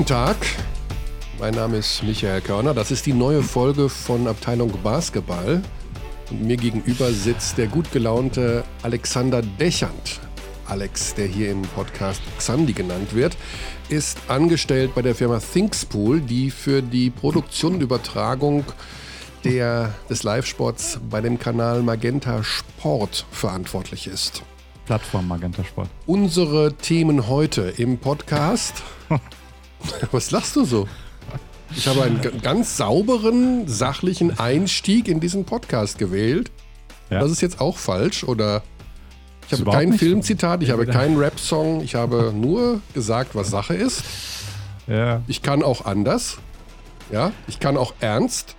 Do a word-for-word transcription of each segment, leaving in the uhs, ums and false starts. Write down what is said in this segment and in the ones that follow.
Guten Tag, mein Name ist Michael Körner. Das ist die neue Folge von Abteilung Basketball. Und mir gegenüber sitzt der gut gelaunte Alexander Dechant. Alex, der hier im Podcast Xandi genannt wird, ist angestellt bei der Firma Thinkspool, die für die Produktion und Übertragung der, des Live-Sports bei dem Kanal Magenta Sport verantwortlich ist. Plattform Magenta Sport. Unsere Themen heute im Podcast. Was lachst du so? Ich habe einen g- ganz sauberen, sachlichen Einstieg in diesen Podcast gewählt. Ja. Das ist jetzt auch falsch, oder? Ich habe kein Filmzitat, ich habe keinen Rap-Song, ich habe nur gesagt, was Sache ist. Ja. Ich kann auch anders. Ja, ich kann auch ernst.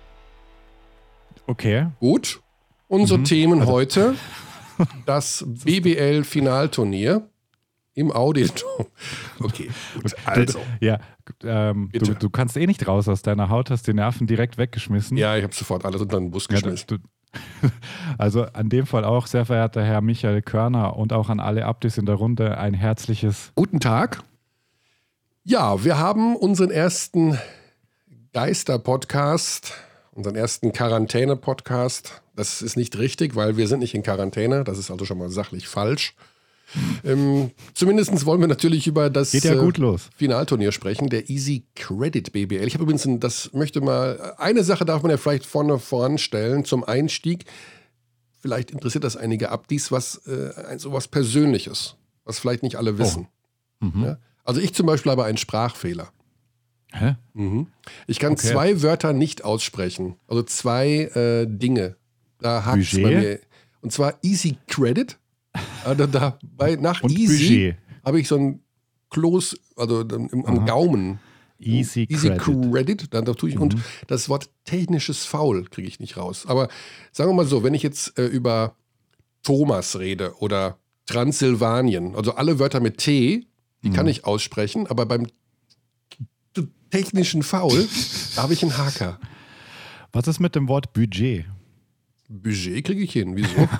Okay. Gut. Unsere Mhm. Themen also. heute: das B B L-Finalturnier im Auditorium. Okay, gut. Also. Ja, ähm, du, du kannst eh nicht raus aus deiner Haut, hast die Nerven direkt weggeschmissen. Ja, ich habe sofort alles unter den Bus geschmissen. Ja, du, also an dem Fall auch, sehr verehrter Herr Michael Körner und auch an alle Abdis in der Runde ein herzliches Guten Tag. Ja, wir haben unseren ersten Geister-Podcast, unseren ersten Quarantäne-Podcast. Das ist nicht richtig, weil wir sind nicht in Quarantäne. Das ist also schon mal sachlich falsch. ähm, zumindest wollen wir natürlich über das Geht ja gut los. Finalturnier sprechen, der Easy Credit B B L. Ich habe übrigens, ein, das möchte mal, eine Sache darf man ja vielleicht vorne voranstellen zum Einstieg. Vielleicht interessiert das einige Abdis, was äh, so was Persönliches, was vielleicht nicht alle wissen. Oh. Mhm. Ja? Also ich zum Beispiel habe einen Sprachfehler. Hä? Mhm. Ich kann Okay. zwei Wörter nicht aussprechen, also zwei äh, Dinge. Da hakt es bei Budget? mir. Und zwar Easy Credit. Also da, bei, nach Und Easy Budget. habe ich so ein Kloß, also im, am Aha. Gaumen. Easy, Easy Credit. Credit, dann da tue ich, Mhm. und das Wort technisches Foul kriege ich nicht raus. Aber sagen wir mal so, wenn ich jetzt äh, über Thomas rede oder Transsilvanien, also alle Wörter mit T, die Mhm. kann ich aussprechen, aber beim t- technischen Foul, da habe ich einen Haker. Was ist mit dem Wort Budget? Budget kriege ich hin, wieso?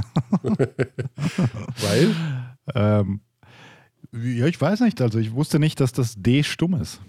Weil? Ähm, ja, ich weiß nicht. Also ich wusste nicht, dass das D stumm ist.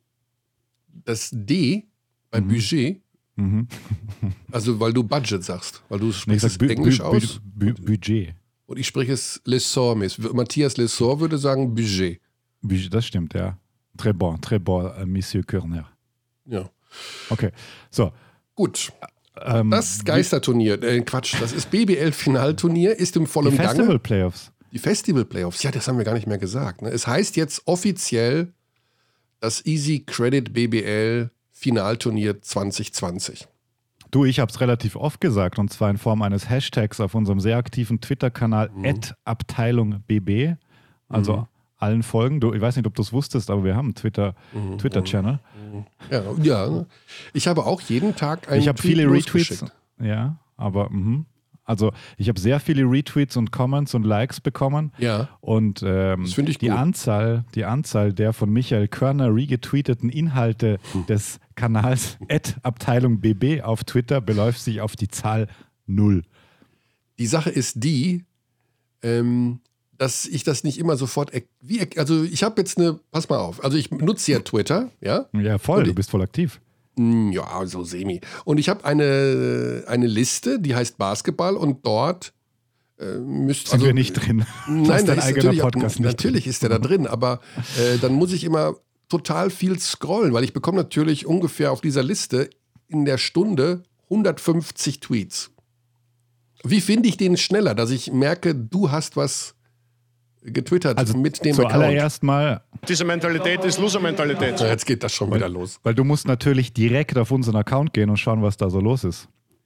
Das D beim Mhm. Budget, Mhm. also weil du Budget sagst, weil du Nee, sprichst ich es sag Bu- Englisch Bu- aus Bu- Bu- Budget. und ich spreche es Lessor. Matthias Lessor würde sagen Budget. Budget. Das stimmt, ja. Très bon, très bon, äh, Monsieur Körner. Ja. Okay, so. Gut, Ähm, das Geisterturnier, äh, Quatsch, das ist B B L-Finalturnier, ist im die vollen Gange. Festival-Playoffs. Die Festival-Playoffs, ja, das haben wir gar nicht mehr gesagt. Ne? Es heißt jetzt offiziell das Easy Credit B B L Finalturnier zwanzig zwanzig. Du, ich habe es relativ oft gesagt, und zwar in Form eines Hashtags auf unserem sehr aktiven Twitter-Kanal Mhm. at Abteilung B B. Also Mhm. allen folgen. Du, ich weiß nicht, ob du es wusstest, aber wir haben einen Twitter, Mhm. Twitter-Channel. Ja, ja, ne? Ich habe auch jeden Tag einen Ich habe Tweet viele Retweets. losgeschickt. Ja, aber mhm. also ich habe sehr viele Retweets und Comments und Likes bekommen. Ja, Und ähm, das finde ich die gut. Anzahl, die Anzahl der von Michael Körner regetweeteten Inhalte Hm. des Kanals at Abteilung B B auf Twitter beläuft sich auf die Zahl null. Die Sache ist die, ähm, dass ich das nicht immer sofort, er- wie, er- also ich habe jetzt eine, pass mal auf, also ich nutze ja Twitter, ja, Ja, voll, Und du ich- bist voll aktiv. Hm, ja, so semi. Und ich habe eine, eine Liste, die heißt Basketball, und dort äh, müsst Sind wir nicht drin. Nein, Da ist da dein ist eigener natürlich, Podcast nicht natürlich ist der da drin, aber äh, dann muss ich immer total viel scrollen, weil ich bekomme natürlich ungefähr auf dieser Liste in der Stunde hundertfünfzig Tweets. Wie finde ich den schneller, dass ich merke, du hast was getwittert Also mit dem zuallererst mal, Diese Mentalität ist Loser-Mentalität. Ja, jetzt geht das schon wieder los. weil du musst natürlich direkt auf unseren Account gehen und schauen, was da so los ist.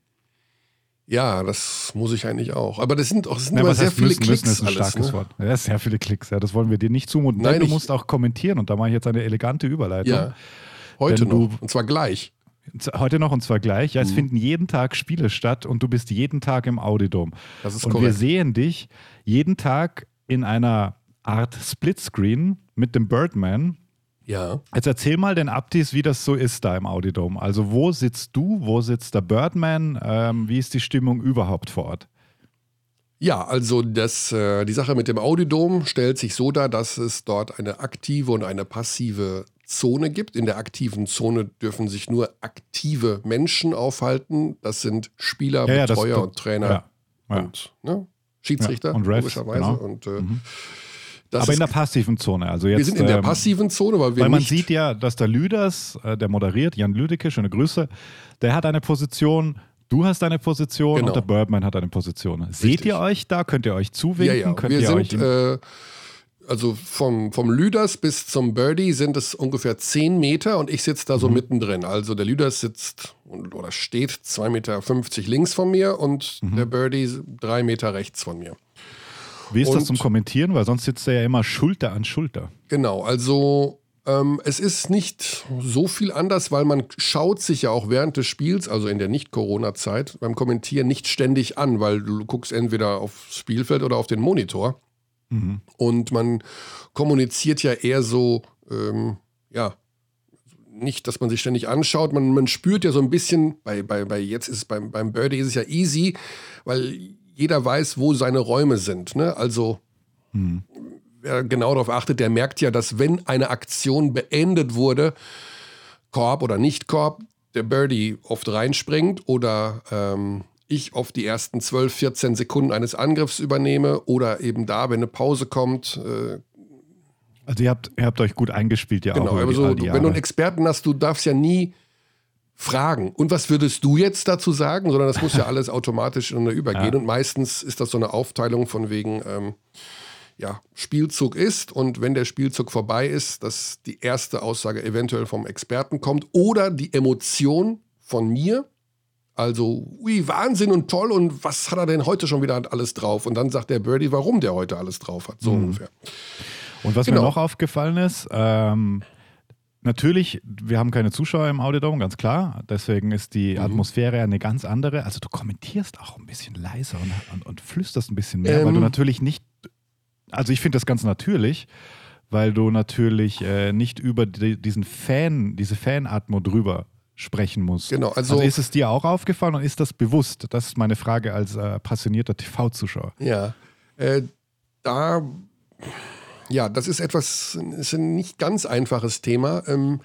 Ja, das muss ich eigentlich auch. Aber das sind auch das sind Na, immer was sehr heißt viele müssen, Klicks müssen ist ein alles. starkes Ne? Wort. Ja, sehr viele Klicks. Ja, das wollen wir dir nicht zumuten. Nein, Denn du ich- musst auch kommentieren und da mache ich jetzt eine elegante Überleitung. Ja, heute Wenn du- noch. Und zwar gleich. Heute noch und zwar gleich. Ja, es Mhm. finden jeden Tag Spiele statt und du bist jeden Tag im Audidom. Das ist Und wir korrekt. sehen dich jeden Tag in einer Art Splitscreen mit dem Birdman. Ja. Jetzt erzähl mal den Abdis, wie das so ist da im Audidom. Also wo sitzt du, wo sitzt der Birdman, ähm, wie ist die Stimmung überhaupt vor Ort? Ja, also das, äh, die Sache mit dem Audidom stellt sich so dar, dass es dort eine aktive und eine passive Zone gibt. In der aktiven Zone dürfen sich nur aktive Menschen aufhalten. Das sind Spieler, Ja, ja, das- Betreuer das- und Trainer Ja, ja. und ne, Schiedsrichter, Ja, und Refs, logischerweise. genau. Und, äh, Mhm. das Aber ist, in der passiven Zone. Also jetzt, wir sind in der ähm, passiven Zone, weil wir Weil man nicht... sieht ja, dass der Lüders, äh, der moderiert, Jan Lüdecke, schöne Grüße, der hat eine Position, du hast eine Position Genau. und der Birdman hat eine Position. Seht ihr euch da? Könnt ihr euch zuwinken? Ja, ja. Könnt Wir ihr euch sind, in, äh, also vom, vom Lüders bis zum Birdie sind es ungefähr zehn Meter und ich sitze da so Mhm. mittendrin. Also der Lüders sitzt und, oder steht zwei Meter fünfzig links von mir und Mhm. der Birdie drei Meter rechts von mir. wie ist das und- zum Kommentieren? Weil sonst sitzt er ja immer Schulter an Schulter. Genau, also ähm, es ist nicht so viel anders, weil man schaut sich ja auch während des Spiels, also in der Nicht-Corona-Zeit, beim Kommentieren nicht ständig an, weil du guckst entweder aufs Spielfeld oder auf den Monitor. Mhm. Und man kommuniziert ja eher so, ähm, ja, nicht, dass man sich ständig anschaut. Man, man spürt ja so ein bisschen, bei, bei, bei jetzt ist es beim, beim Birdie ist es ja easy, weil jeder weiß, wo seine Räume sind. Ne? Also Mhm. wer genau darauf achtet, der merkt ja, dass wenn eine Aktion beendet wurde, Korb oder nicht Korb, der Birdie oft reinspringt oder ähm, ich auf die ersten zwölf, vierzehn Sekunden eines Angriffs übernehme oder eben da, wenn eine Pause kommt. Äh, Also ihr habt, ihr habt euch gut eingespielt, ja genau, auch über aber die, so, all die du, wenn du einen Jahre. Experten hast, du darfst ja nie fragen. Und was würdest du jetzt dazu sagen? Sondern das muss ja alles automatisch ineinander übergehen. Ja. Und meistens ist das so eine Aufteilung von wegen, ähm, ja, Spielzug ist und wenn der Spielzug vorbei ist, dass die erste Aussage eventuell vom Experten kommt oder die Emotion von mir. Also, ui, Wahnsinn und toll und was hat er denn heute schon wieder alles drauf? Und dann sagt der Birdie, warum der heute alles drauf hat. So Mhm. ungefähr. Und was Genau. mir noch aufgefallen ist, ähm, natürlich, wir haben keine Zuschauer im Audiodome, ganz klar. Deswegen ist die Mhm. Atmosphäre eine ganz andere. Also du kommentierst auch ein bisschen leiser und, und, und flüsterst ein bisschen mehr, weil Ähm. du natürlich nicht, also ich finde das ganz natürlich, weil du natürlich äh, nicht über die, diesen Fan, diese Fan-Atmo drüber sprechen musst. Genau, also- also ist es dir auch aufgefallen und ist das bewusst? Das ist meine Frage als äh, passionierter T V-Zuschauer. Ja, äh, da, ja, das ist etwas, ist ein nicht ganz einfaches Thema. Ähm,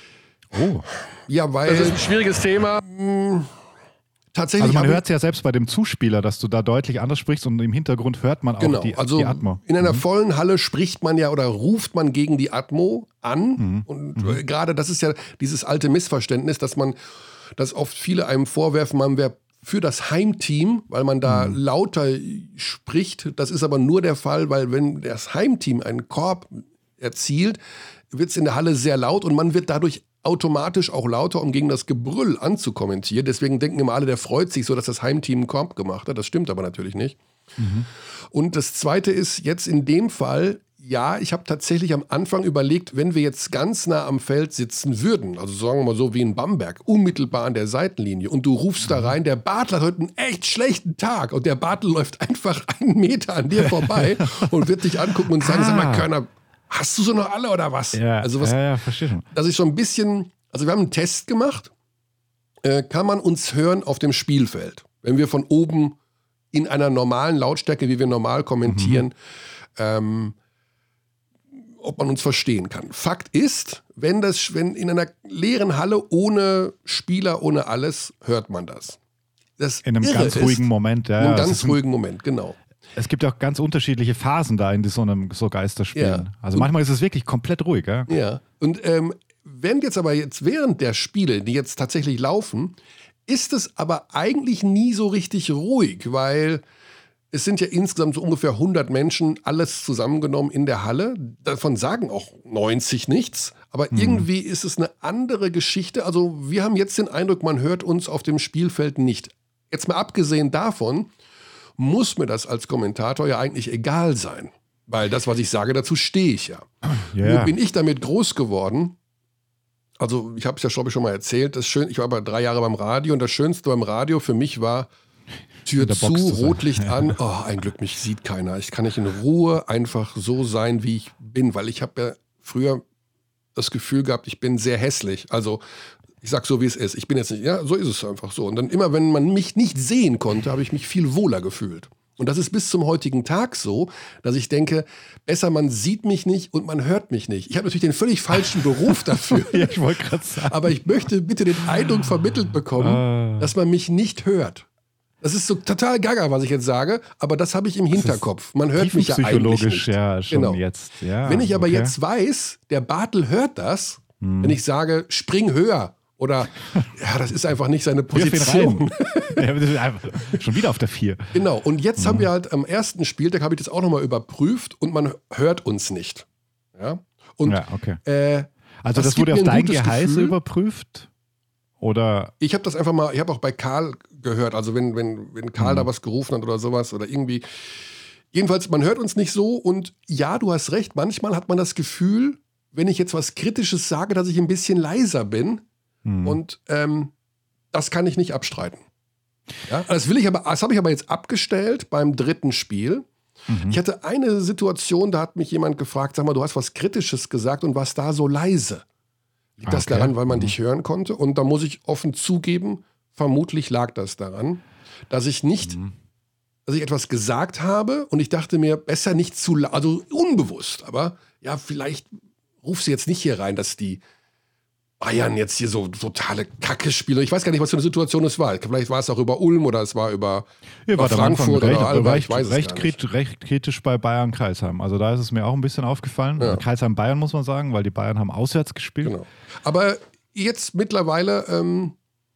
Oh. ja, weil Das ist ein schwieriges Thema. tatsächlich Also man habe hört es ja selbst bei dem Zuspieler, dass du da deutlich anders sprichst und im Hintergrund hört man auch Genau, die, also die Atmo. in einer vollen Halle spricht man ja oder ruft man gegen die Atmo an. Und äh, gerade das ist ja dieses alte Missverständnis, dass man, dass oft viele einem vorwerfen, man wäre für das Heimteam, weil man da lauter spricht. Das ist aber nur der Fall, weil wenn das Heimteam einen Korb erzielt, wird es in der Halle sehr laut und man wird dadurch automatisch auch lauter, um gegen das Gebrüll anzukommentieren. Deswegen denken immer alle, der freut sich so, dass das Heimteam einen Korb gemacht hat. Das stimmt aber natürlich nicht. Und das Zweite ist jetzt in dem Fall, ja, ich habe tatsächlich am Anfang überlegt, wenn wir jetzt ganz nah am Feld sitzen würden, also sagen wir mal so wie in Bamberg, unmittelbar an der Seitenlinie und du rufst da rein, der Bartl hat heute einen echt schlechten Tag und der Bartl läuft einfach einen Meter an dir vorbei und wird dich angucken und sagen, Ah. sag mal Körner, hast du so noch alle oder was? Ja, also was, ja, ja, verstehe schon. dass ich so ein bisschen, also wir haben einen Test gemacht, äh, kann man uns hören auf dem Spielfeld, wenn wir von oben in einer normalen Lautstärke, wie wir normal kommentieren, ähm, ob man uns verstehen kann. Fakt ist, wenn das, wenn in einer leeren Halle ohne Spieler, ohne alles, hört man das. Das In einem Irre ganz ist, ruhigen Moment. Ja, In einem ja, es ganz ist ein- ruhigen Moment, genau. Es gibt ja auch ganz unterschiedliche Phasen da in so einem so Geisterspielen. Ja. Also manchmal ist es wirklich komplett ruhig. Ja? Ja. Und ähm, wenn jetzt aber jetzt während der Spiele, die jetzt tatsächlich laufen, ist es aber eigentlich nie so richtig ruhig, weil es sind ja insgesamt so ungefähr hundert Menschen, alles zusammengenommen in der Halle. Davon sagen auch neunzig nichts. Aber irgendwie ist es eine andere Geschichte. Also wir haben jetzt den Eindruck, man hört uns auf dem Spielfeld nicht. Jetzt mal abgesehen davon, muss mir das als Kommentator ja eigentlich egal sein. Weil das, was ich sage, dazu stehe ich ja. Ja. Nur bin ich damit groß geworden. Also ich habe es ja, glaube ich, schon mal erzählt. Das schön, ich war aber drei Jahre beim Radio und das Schönste beim Radio für mich war Tür In der zu, Box zu sein. Rotlicht an. Oh, ein Glück, mich sieht keiner. Ich kann nicht in Ruhe einfach so sein, wie ich bin. Weil ich habe ja früher das Gefühl gehabt, ich bin sehr hässlich. Also ich sag so, wie es ist. Ich bin jetzt nicht, ja, so ist es einfach so. Und dann immer, wenn man mich nicht sehen konnte, habe ich mich viel wohler gefühlt. Und das ist bis zum heutigen Tag so, dass ich denke, besser man sieht mich nicht und man hört mich nicht. Ich habe natürlich den völlig falschen Beruf dafür. Ja, ich wollte gerade sagen. Aber ich möchte bitte den Eindruck vermittelt bekommen, Ah. dass man mich nicht hört. Das ist so total gaga, was ich jetzt sage, aber das habe ich im Hinterkopf. Man hört mich ja eigentlich Tiefenpsychologisch nicht. ja schon Genau. jetzt. Ja, Wenn ich aber okay. jetzt weiß, der Bartel hört das, Hm. wenn ich sage, spring höher oder ja, das ist einfach nicht seine Wirf ihn Position. rein. Ja, das ist einfach schon wieder auf der vier. Genau, und jetzt haben wir halt am ersten Spieltag, habe ich das auch nochmal überprüft und man hört uns nicht. Ja, und Ja, okay. äh, Also das, das wurde gibt auf mir ein dein gutes Geheiß Gefühl. überprüft? Oder ich habe das einfach mal, ich habe auch bei Karl gehört, also wenn, wenn, wenn Karl da was gerufen hat oder sowas oder irgendwie. Jedenfalls, man hört uns nicht so und ja, du hast recht, manchmal hat man das Gefühl, wenn ich jetzt was Kritisches sage, dass ich ein bisschen leiser bin und ähm, das kann ich nicht abstreiten. Ja, das will ich aber, das habe ich aber jetzt abgestellt beim dritten Spiel. Mhm. Ich hatte eine Situation, da hat mich jemand gefragt, sag mal, du hast was Kritisches gesagt und warst da so leise. Liegt das Okay. daran, weil man Mhm. dich hören konnte? Und da muss ich offen zugeben, vermutlich lag das daran, dass ich nicht, Mhm. dass ich etwas gesagt habe und ich dachte mir, besser nicht zu, la- also unbewusst, aber ja, vielleicht ruf sie jetzt nicht hier rein, dass die Bayern jetzt hier so totale Kacke spielen. Ich weiß gar nicht, was für eine Situation es war. Vielleicht war es auch über Ulm oder es war über, Ihr über wart am Anfang Frankfurt recht, oder Alba, ich recht, weiß es recht, gar nicht. krit- recht kritisch bei Bayern-Kreisheim. Also da ist es mir auch ein bisschen aufgefallen. Ja. Kreisheim-Bayern muss man sagen, weil die Bayern haben auswärts gespielt. Genau. Aber jetzt mittlerweile ähm,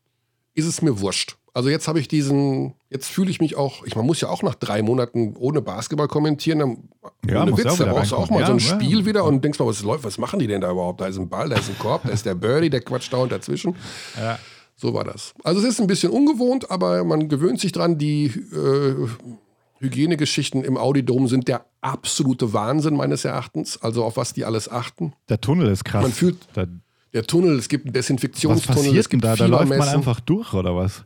ist es mir wurscht. Also jetzt habe ich diesen, jetzt fühle ich mich auch, ich, man muss ja auch nach drei Monaten ohne Basketball kommentieren, dann, Ja, ohne muss ja Witz, auch da wieder brauchst du auch reinkommen. mal so ein Ja, Spiel ja. wieder und denkst mal, was läuft, was machen die denn da überhaupt? Da ist ein Ball, da ist ein Korb, da ist der Birdie, der quatscht da und dazwischen. Ja. So war das. Also es ist ein bisschen ungewohnt, aber man gewöhnt sich dran. Die äh, Hygienegeschichten im Audi-Dom sind der absolute Wahnsinn meines Erachtens. Also auf was die alles achten. Der Tunnel ist krass. Man fühlt- da, Der Tunnel, es gibt einen was Desinfektionstunnel, es passiert denn gibt da? Da läuft man Fiebermessen. einfach durch, oder was?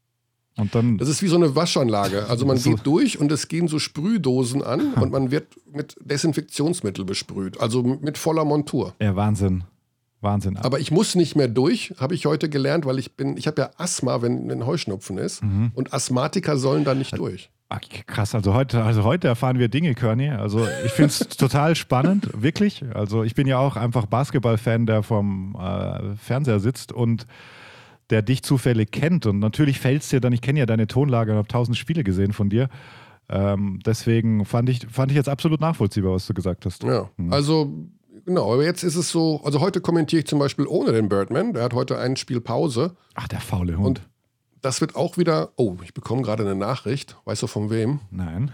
Und dann, Das ist wie so eine Waschanlage. Also man So. geht durch und es gehen so Sprühdosen an und man wird mit Desinfektionsmittel besprüht. Also mit voller Montur. ja, Wahnsinn. Wahnsinn. Aber ich muss nicht mehr durch, habe ich heute gelernt, weil ich bin, ich habe ja Asthma, wenn, wenn Heuschnupfen ist. Mhm. Und Asthmatiker sollen da nicht durch. Ah, krass, also heute, also heute erfahren wir Dinge, Körny. Also ich finde es total spannend, wirklich. Also ich bin ja auch einfach Basketball-Fan, der vom äh, Fernseher sitzt und der dich zufällig kennt. Und natürlich fällt es dir dann, ich kenne ja deine Tonlage und habe tausend Spiele gesehen von dir. Ähm, deswegen fand ich, fand ich jetzt absolut nachvollziehbar, was du gesagt hast. Ja, also genau, aber jetzt ist es so, also heute kommentiere ich zum Beispiel ohne den Birdman, der hat heute ein Spiel Pause. Ach, der faule Hund. Und das wird auch wieder, oh, ich bekomme gerade eine Nachricht, weißt du von wem? Nein.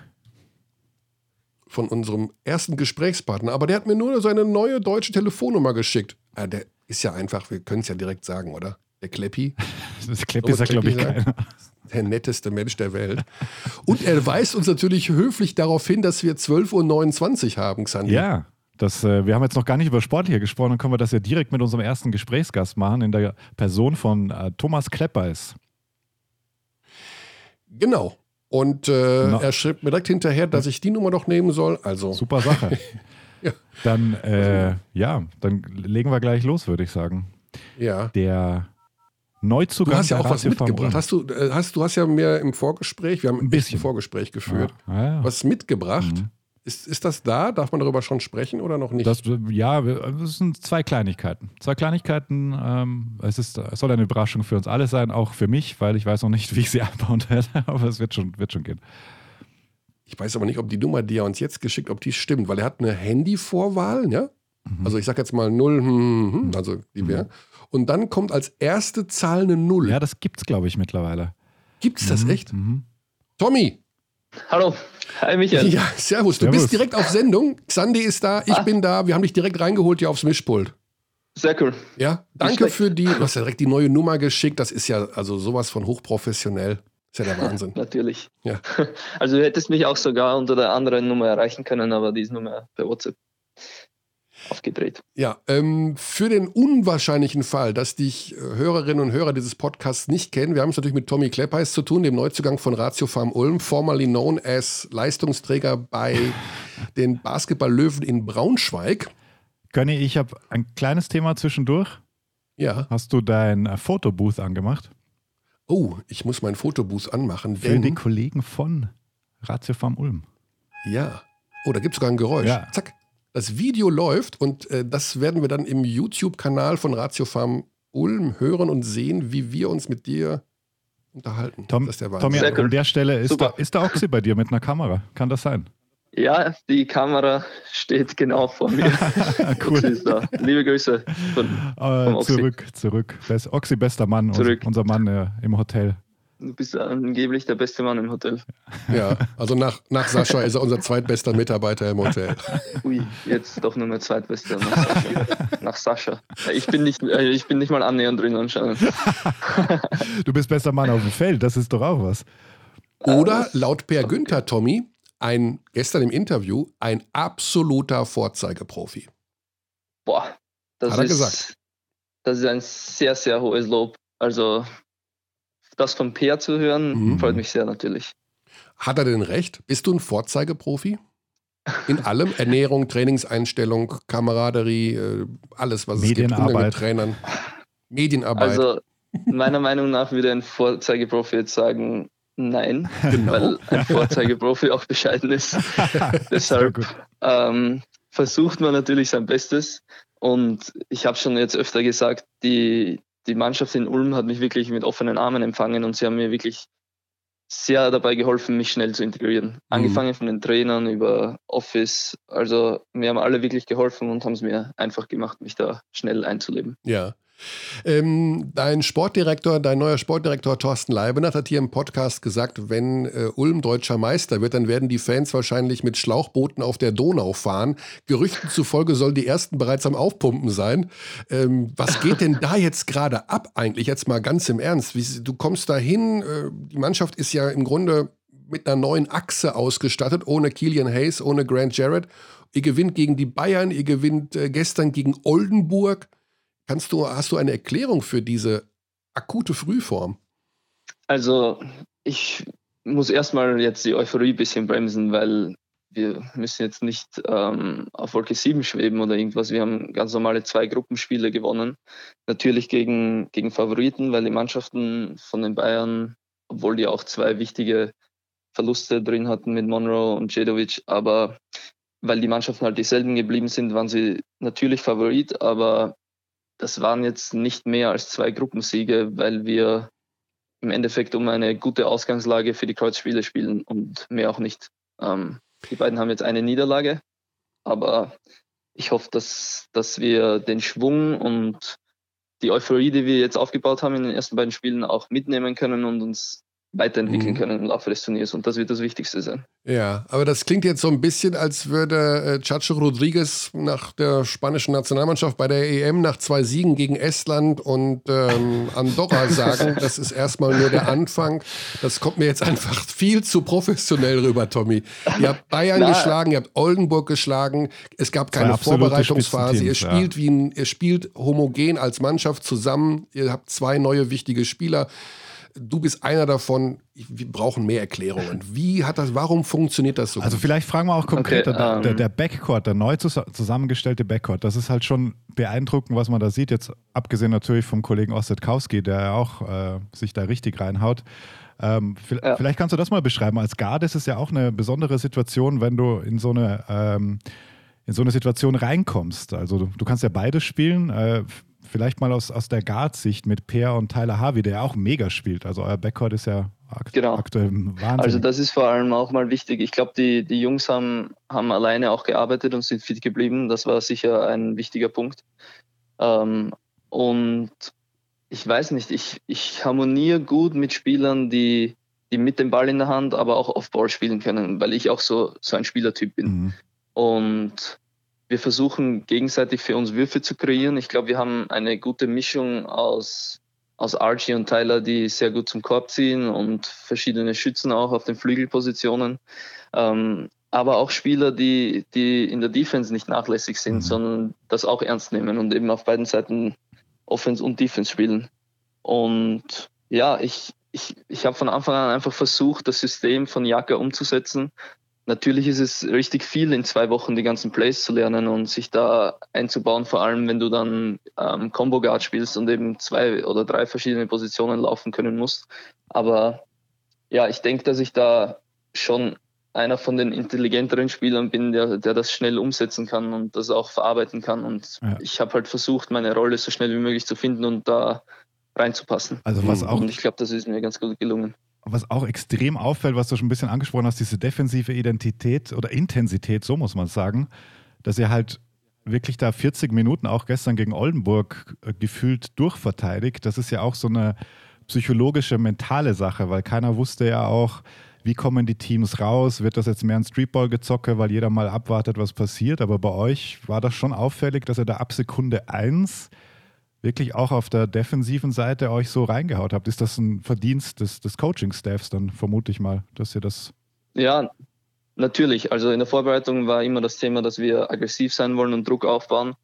Von unserem ersten Gesprächspartner, aber der hat mir nur seine neue deutsche Telefonnummer geschickt. Ah, der ist ja einfach, wir können es ja direkt sagen, oder? Der Kleppi, Das Klepp So ist ja, glaube ich, Kleppi keiner. der netteste Mensch der Welt. Und er weist uns natürlich höflich darauf hin, dass wir zwölf Uhr neunundzwanzig haben, Xandi. Ja, das, äh, wir haben jetzt noch gar nicht über Sport hier gesprochen, dann können wir das ja direkt mit unserem ersten Gesprächsgast machen, in der Person von äh, Thomas Kleppeis. Genau. Und äh, No. er schrieb mir direkt hinterher, dass ich die Nummer doch nehmen soll. Also, Super Sache. Ja. Dann, äh, ja, dann legen wir gleich los, würde ich sagen. ja. Der Neuzugang Du hast ja bei auch was Ratio Farm mitgebracht. Ulm. Hast du, äh, hast, du hast ja mir im Vorgespräch, wir haben Ein ein bisschen. bisschen Vorgespräch geführt, Ah, ja. was mitgebracht. Mhm. Ist, ist das da? Darf man darüber schon sprechen oder noch nicht? Das, ja, wir- das sind zwei Kleinigkeiten. Zwei Kleinigkeiten. Ähm, es, ist, es soll eine Überraschung für uns alle sein, auch für mich, weil ich weiß noch nicht, wie ich sie einbauen werde, aber es wird schon, wird schon gehen. Ich weiß aber nicht, ob die Nummer, die er uns jetzt geschickt, ob die stimmt, weil er hat eine Handyvorwahl, ja? Mhm. Also ich sag jetzt mal null, hm, hm, hm, also die wäre. Und dann kommt als erste Zahl eine null. Ja, das gibt's, glaube ich, mittlerweile. Gibt's das Mhm, echt? mhm. Tommy! Hallo, hi Michael. Ja, servus. Du Servus. bist direkt auf Sendung. Xandi ist da, ich Ah. bin da. Wir haben dich direkt reingeholt hier aufs Mischpult. Sehr cool. Ja, danke schlecht. für die. Du hast ja direkt die neue Nummer geschickt. Das ist ja also sowas von hochprofessionell. Ist ja der Wahnsinn. Natürlich. Ja. Also du hättest mich auch sogar unter der anderen Nummer erreichen können, aber die ist Nummer per WhatsApp aufgedreht. Ja, ähm, für den unwahrscheinlichen Fall, dass dich äh, Hörerinnen und Hörer dieses Podcasts nicht kennen, wir haben es natürlich mit Tommy Kleppeis zu tun, dem Neuzugang von Ratio Farm Ulm, formerly known as Leistungsträger bei den Basketball-Löwen in Braunschweig. Gönni, ich habe ein kleines Thema zwischendurch. Ja. Hast du dein äh, Fotobooth angemacht? Oh, ich muss mein Fotobooth anmachen, Für die denn Kollegen von Ratiofarm Ulm. Ja. Oh, da gibt es sogar ein Geräusch. Ja. Zack. Das Video läuft und äh, das werden wir dann im YouTube-Kanal von Ratiofarm Ulm hören und sehen, wie wir uns mit dir unterhalten. Tom, das ist der Tommy, Sehr cool. an der Stelle ist Super. da, ist der Oxy bei dir mit einer Kamera. Kann das sein? Ja, die Kamera steht genau vor mir. Cool. Sie ist da. Liebe Grüße von, Äh, vom Oxy. zurück, zurück. Best, Oxy, bester Mann, unser, Zurück. unser Mann äh, im Hotel. Du bist angeblich der beste Mann im Hotel. Ja, also nach, nach Sascha ist er unser zweitbester Mitarbeiter im Hotel. Ui, jetzt doch nur mehr zweitbester nach Sascha. Nach Sascha. Ich bin nicht, äh, ich bin nicht mal annähernd drin anscheinend. Du bist bester Mann auf dem Feld, das ist doch auch was. Oder laut Per Günther, Tommy, ein, gestern im Interview, ein absoluter Vorzeigeprofi. Boah, das Hat er ist, gesagt. das ist ein sehr, sehr hohes Lob. Also das von Peer zu hören, Mhm. freut mich sehr natürlich. Hat er denn recht? Bist du ein Vorzeigeprofi? In allem? Ernährung, Trainingseinstellung, Kameraderie, äh, alles, was es gibt. Umgang mit Medienarbeit. Trainern. Medienarbeit. Also meiner Meinung nach würde ein Vorzeigeprofi jetzt sagen, nein, Genau. weil ein Vorzeigeprofi auch bescheiden ist. Deshalb Sehr gut. ähm, versucht man natürlich sein Bestes. Und ich habe schon jetzt öfter gesagt, die, die Mannschaft in Ulm hat mich wirklich mit offenen Armen empfangen und sie haben mir wirklich sehr dabei geholfen, mich schnell zu integrieren. Angefangen von den Trainern über Office. Also mir haben alle wirklich geholfen und haben es mir einfach gemacht, mich da schnell einzuleben. Ja. Ähm, dein Sportdirektor, dein neuer Sportdirektor Thorsten Leibenhardt hat hier im Podcast gesagt, wenn äh, Ulm deutscher Meister wird, dann werden die Fans wahrscheinlich mit Schlauchbooten auf der Donau fahren. Gerüchten zufolge sollen die ersten bereits am Aufpumpen sein. Ähm, was geht denn da jetzt gerade ab eigentlich? Jetzt mal ganz im Ernst. Wie, du kommst da hin, äh, die Mannschaft ist ja im Grunde mit einer neuen Achse ausgestattet, ohne Killian Hayes, ohne Grant Jarrett. Ihr gewinnt gegen die Bayern, ihr gewinnt äh, gestern gegen Oldenburg. Kannst du, hast du eine Erklärung für diese akute Frühform? Also ich muss erstmal jetzt die Euphorie ein bisschen bremsen, weil wir müssen jetzt nicht ähm, auf Wolke sieben schweben oder irgendwas. Wir haben ganz normale zwei Gruppenspiele gewonnen. Natürlich gegen, gegen Favoriten, weil die Mannschaften von den Bayern, obwohl die auch zwei wichtige Verluste drin hatten mit Monroe und Djedovic, aber weil die Mannschaften halt dieselben geblieben sind, waren sie natürlich Favorit, aber das waren jetzt nicht mehr als zwei Gruppensiege, weil wir im Endeffekt um eine gute Ausgangslage für die Kreuzspiele spielen und mehr auch nicht. Ähm, die beiden haben jetzt eine Niederlage, aber ich hoffe, dass, dass wir den Schwung und die Euphorie, die wir jetzt aufgebaut haben in den ersten beiden Spielen, auch mitnehmen können und uns weiterentwickeln Mhm. können im Laufe des Turniers. Und das wird das Wichtigste sein. Ja, aber das klingt jetzt so ein bisschen, als würde äh, Chacho Rodriguez nach der spanischen Nationalmannschaft bei der E M nach zwei Siegen gegen Estland und ähm, Andorra sagen, das ist erstmal nur der Anfang. Das kommt mir jetzt einfach viel zu professionell rüber, Tommy. Ihr habt Bayern Na. geschlagen, ihr habt Oldenburg geschlagen, es gab Zwei keine absolute Vorbereitungsphase, ihr Spitzenteams, spielt, wie ein, ihr spielt homogen als Mannschaft zusammen, ihr habt zwei neue wichtige Spieler. Du bist einer davon, wir brauchen mehr Erklärungen. Wie hat das, warum funktioniert das so Also gut? vielleicht fragen wir auch konkreter, Okay, der, ähm, der, der Backcourt, der neu zus- zusammengestellte Backcourt, das ist halt schon beeindruckend, was man da sieht, jetzt abgesehen natürlich vom Kollegen Ostetkowski, der ja auch äh, sich da richtig reinhaut. Ähm, v- Ja. Vielleicht kannst du das mal beschreiben. Als Guard ist es ja auch eine besondere Situation, wenn du in so eine, ähm, in so eine Situation reinkommst. Also du, du kannst ja beides spielen, äh, vielleicht mal aus, aus der Guard-Sicht mit Per und Tyler Harvey, der ja auch mega spielt. Also euer Backcourt ist ja akt Genau. aktuell Wahnsinn. Also das ist vor allem auch mal wichtig. Ich glaube, die, die Jungs haben, haben alleine auch gearbeitet und sind fit geblieben. Das war sicher ein wichtiger Punkt. Ähm, und ich weiß nicht, ich, ich harmoniere gut mit Spielern, die, die mit dem Ball in der Hand, aber auch Off-Ball spielen können, weil ich auch so, so ein Spielertyp bin. Mhm. Und wir versuchen gegenseitig für uns Würfe zu kreieren. Ich glaube, wir haben eine gute Mischung aus, aus Archie und Tyler, die sehr gut zum Korb ziehen und verschiedene Schützen auch auf den Flügelpositionen. Ähm, aber auch Spieler, die, die in der Defense nicht nachlässig sind, Mhm. sondern das auch ernst nehmen und eben auf beiden Seiten Offense und Defense spielen. Und ja, ich, ich, ich habe von Anfang an einfach versucht, das System von Jaka umzusetzen. Natürlich ist es richtig viel, in zwei Wochen die ganzen Plays zu lernen und sich da einzubauen, vor allem wenn du dann ähm, Combo Guard spielst und eben zwei oder drei verschiedene Positionen laufen können musst. Aber ja, ich denke, dass ich da schon einer von den intelligenteren Spielern bin, der, der das schnell umsetzen kann und das auch verarbeiten kann. Und ja. ich habe halt versucht, meine Rolle so schnell wie möglich zu finden und da reinzupassen. Also was auch, und ich glaube, das ist mir ganz gut gelungen. Was auch extrem auffällt, was du schon ein bisschen angesprochen hast, diese defensive Identität oder Intensität, so muss man sagen, dass ihr halt wirklich da vierzig Minuten auch gestern gegen Oldenburg äh, gefühlt durchverteidigt. Das ist ja auch so eine psychologische, mentale Sache, weil keiner wusste ja auch, wie kommen die Teams raus? Wird das jetzt mehr ein Streetball-Gezocke, weil jeder mal abwartet, was passiert? Aber bei euch war das schon auffällig, dass ihr da ab Sekunde eins wirklich auch auf der defensiven Seite euch so reingehaut habt. Ist das ein Verdienst des, des Coaching-Staffs dann, vermute ich mal, dass ihr das... Ja, natürlich. Also in der Vorbereitung war immer das Thema, dass wir aggressiv sein wollen und Druck aufbauen,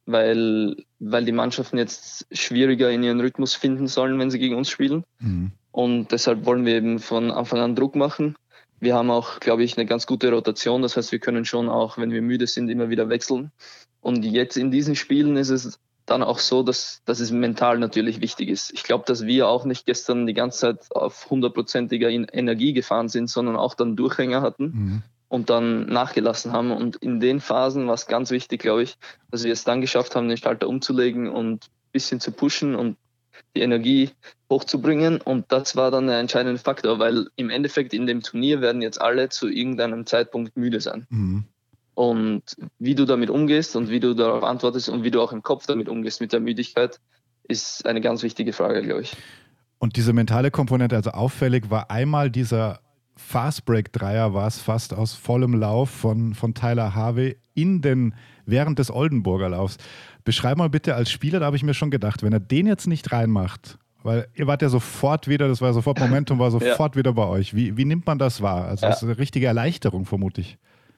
weil, weil die Mannschaften jetzt schwieriger in ihren Rhythmus finden sollen, wenn sie gegen uns spielen. Mhm. Und deshalb wollen wir eben von Anfang an Druck machen. Wir haben auch, glaube ich, eine ganz gute Rotation. Das heißt, wir können schon auch, wenn wir müde sind, immer wieder wechseln. Und jetzt in diesen Spielen ist es dann auch so, dass, dass es mental natürlich wichtig ist. Ich glaube, dass wir auch nicht gestern die ganze Zeit auf hundertprozentiger Energie gefahren sind, sondern auch dann Durchhänger hatten mhm. und dann nachgelassen haben. Und in den Phasen war es ganz wichtig, glaube ich, dass wir es dann geschafft haben, den Schalter umzulegen und ein bisschen zu pushen und die Energie hochzubringen. Und das war dann der entscheidende Faktor, weil im Endeffekt in dem Turnier werden jetzt alle zu irgendeinem Zeitpunkt müde sein. Mhm. Und wie du damit umgehst und wie du darauf antwortest und wie du auch im Kopf damit umgehst mit der Müdigkeit, ist eine ganz wichtige Frage, glaube ich. Und diese mentale Komponente, also auffällig, war einmal dieser Fastbreak-Dreier, war es fast aus vollem Lauf von, von Tyler Harvey in den, während des Oldenburger Laufs. Beschreib mal bitte als Spieler, da habe ich mir schon gedacht, wenn er den jetzt nicht reinmacht, weil ihr wart ja sofort wieder, das war sofort Momentum, war sofort ja. wieder bei euch. Wie, wie nimmt man das wahr? Also ja. das ist eine richtige Erleichterung, vermute ich.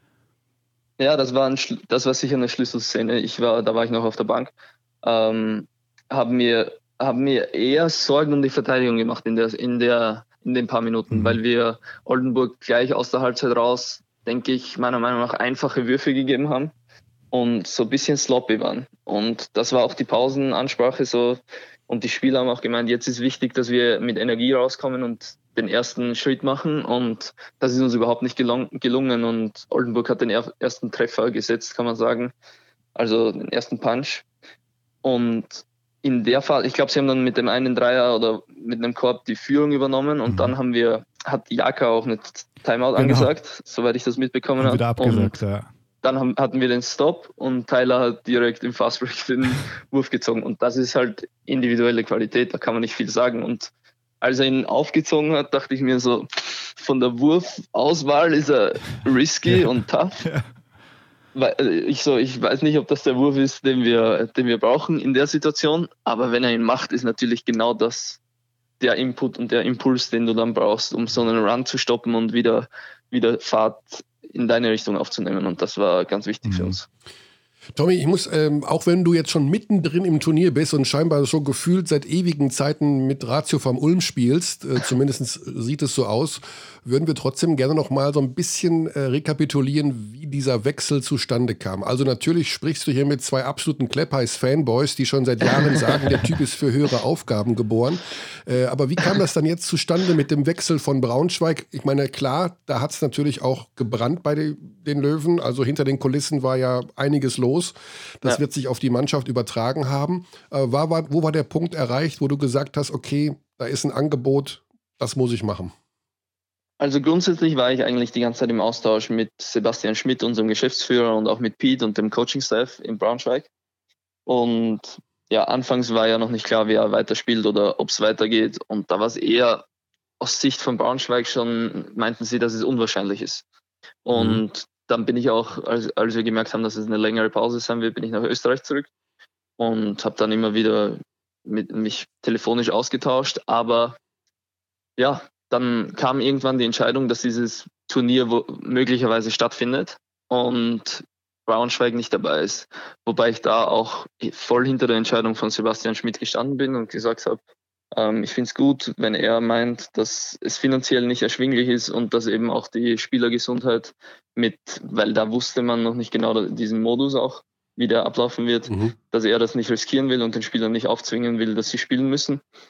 Ja, das war, ein, das war sicher eine Schlüsselszene. Ich war, da war ich noch auf der Bank. Ähm, habe mir, hab mir eher Sorgen um die Verteidigung gemacht in, der, in, der, in den paar Minuten, mhm. weil wir Oldenburg gleich aus der Halbzeit raus, denke ich, meiner Meinung nach einfache Würfe gegeben haben und so ein bisschen sloppy waren. Und das war auch die Pausenansprache so. Und die Spieler haben auch gemeint, jetzt ist wichtig, dass wir mit Energie rauskommen und den ersten Schritt machen, und das ist uns überhaupt nicht gelung- gelungen und Oldenburg hat den er- ersten Treffer gesetzt, kann man sagen, also den ersten Punch, und in der Fall, ich glaube, sie haben dann mit dem einen Dreier oder mit einem Korb die Führung übernommen und mhm. dann haben wir, hat Jaka auch eine Timeout genau. angesagt, soweit ich das mitbekommen habe. Wieder abgesagt, ja. Dann haben, hatten wir den Stop und Tyler hat direkt im Fastbreak den Wurf gezogen, und das ist halt individuelle Qualität, da kann man nicht viel sagen. Und als er ihn aufgezogen hat, dachte ich mir so, von der Wurfauswahl ist er risky ja. und tough. Ja. Weil ich so, ich weiß nicht, ob das der Wurf ist, den wir, den wir brauchen in der Situation, aber wenn er ihn macht, ist natürlich genau das der Input und der Impuls, den du dann brauchst, um so einen Run zu stoppen und wieder, wieder Fahrt in deine Richtung aufzunehmen, und das war ganz wichtig mhm. für uns. Tommy, ich muss, ähm, auch wenn du jetzt schon mittendrin im Turnier bist und scheinbar schon gefühlt seit ewigen Zeiten mit Ratio vom Ulm spielst, äh, zumindest sieht es so aus, würden wir trotzdem gerne noch mal so ein bisschen äh, rekapitulieren, wie dieser Wechsel zustande kam. Also natürlich sprichst du hier mit zwei absoluten Kleppheiß-Fanboys, die schon seit Jahren sagen, der Typ ist für höhere Aufgaben geboren. Äh, aber wie kam das dann jetzt zustande mit dem Wechsel von Braunschweig? Ich meine, klar, da hat es natürlich auch gebrannt bei de- den Löwen. Also hinter den Kulissen war ja einiges los. Das ja. wird sich auf die Mannschaft übertragen haben. Äh, war, war, wo war der Punkt erreicht, wo du gesagt hast, okay, da ist ein Angebot, das muss ich machen? Also grundsätzlich war ich eigentlich die ganze Zeit im Austausch mit Sebastian Schmidt, unserem Geschäftsführer, und auch mit Pete und dem Coaching-Staff in Braunschweig. Und ja, anfangs war ja noch nicht klar, wer weiterspielt oder ob es weitergeht. Und da war es eher aus Sicht von Braunschweig schon, meinten sie, dass es unwahrscheinlich ist. Und mhm. dann bin ich auch, als, als wir gemerkt haben, dass es eine längere Pause sein wird, bin ich nach Österreich zurück und habe dann immer wieder mit mich telefonisch ausgetauscht. Aber ja, dann kam irgendwann die Entscheidung, dass dieses Turnier wo möglicherweise stattfindet und Braunschweig nicht dabei ist. Wobei ich da auch voll hinter der Entscheidung von Sebastian Schmidt gestanden bin und gesagt habe, ähm, ich finde es gut, wenn er meint, dass es finanziell nicht erschwinglich ist und dass eben auch die Spielergesundheit mit, weil da wusste man noch nicht genau diesen Modus auch, wie der ablaufen wird, mhm. dass er das nicht riskieren will und den Spielern nicht aufzwingen will, dass sie spielen müssen.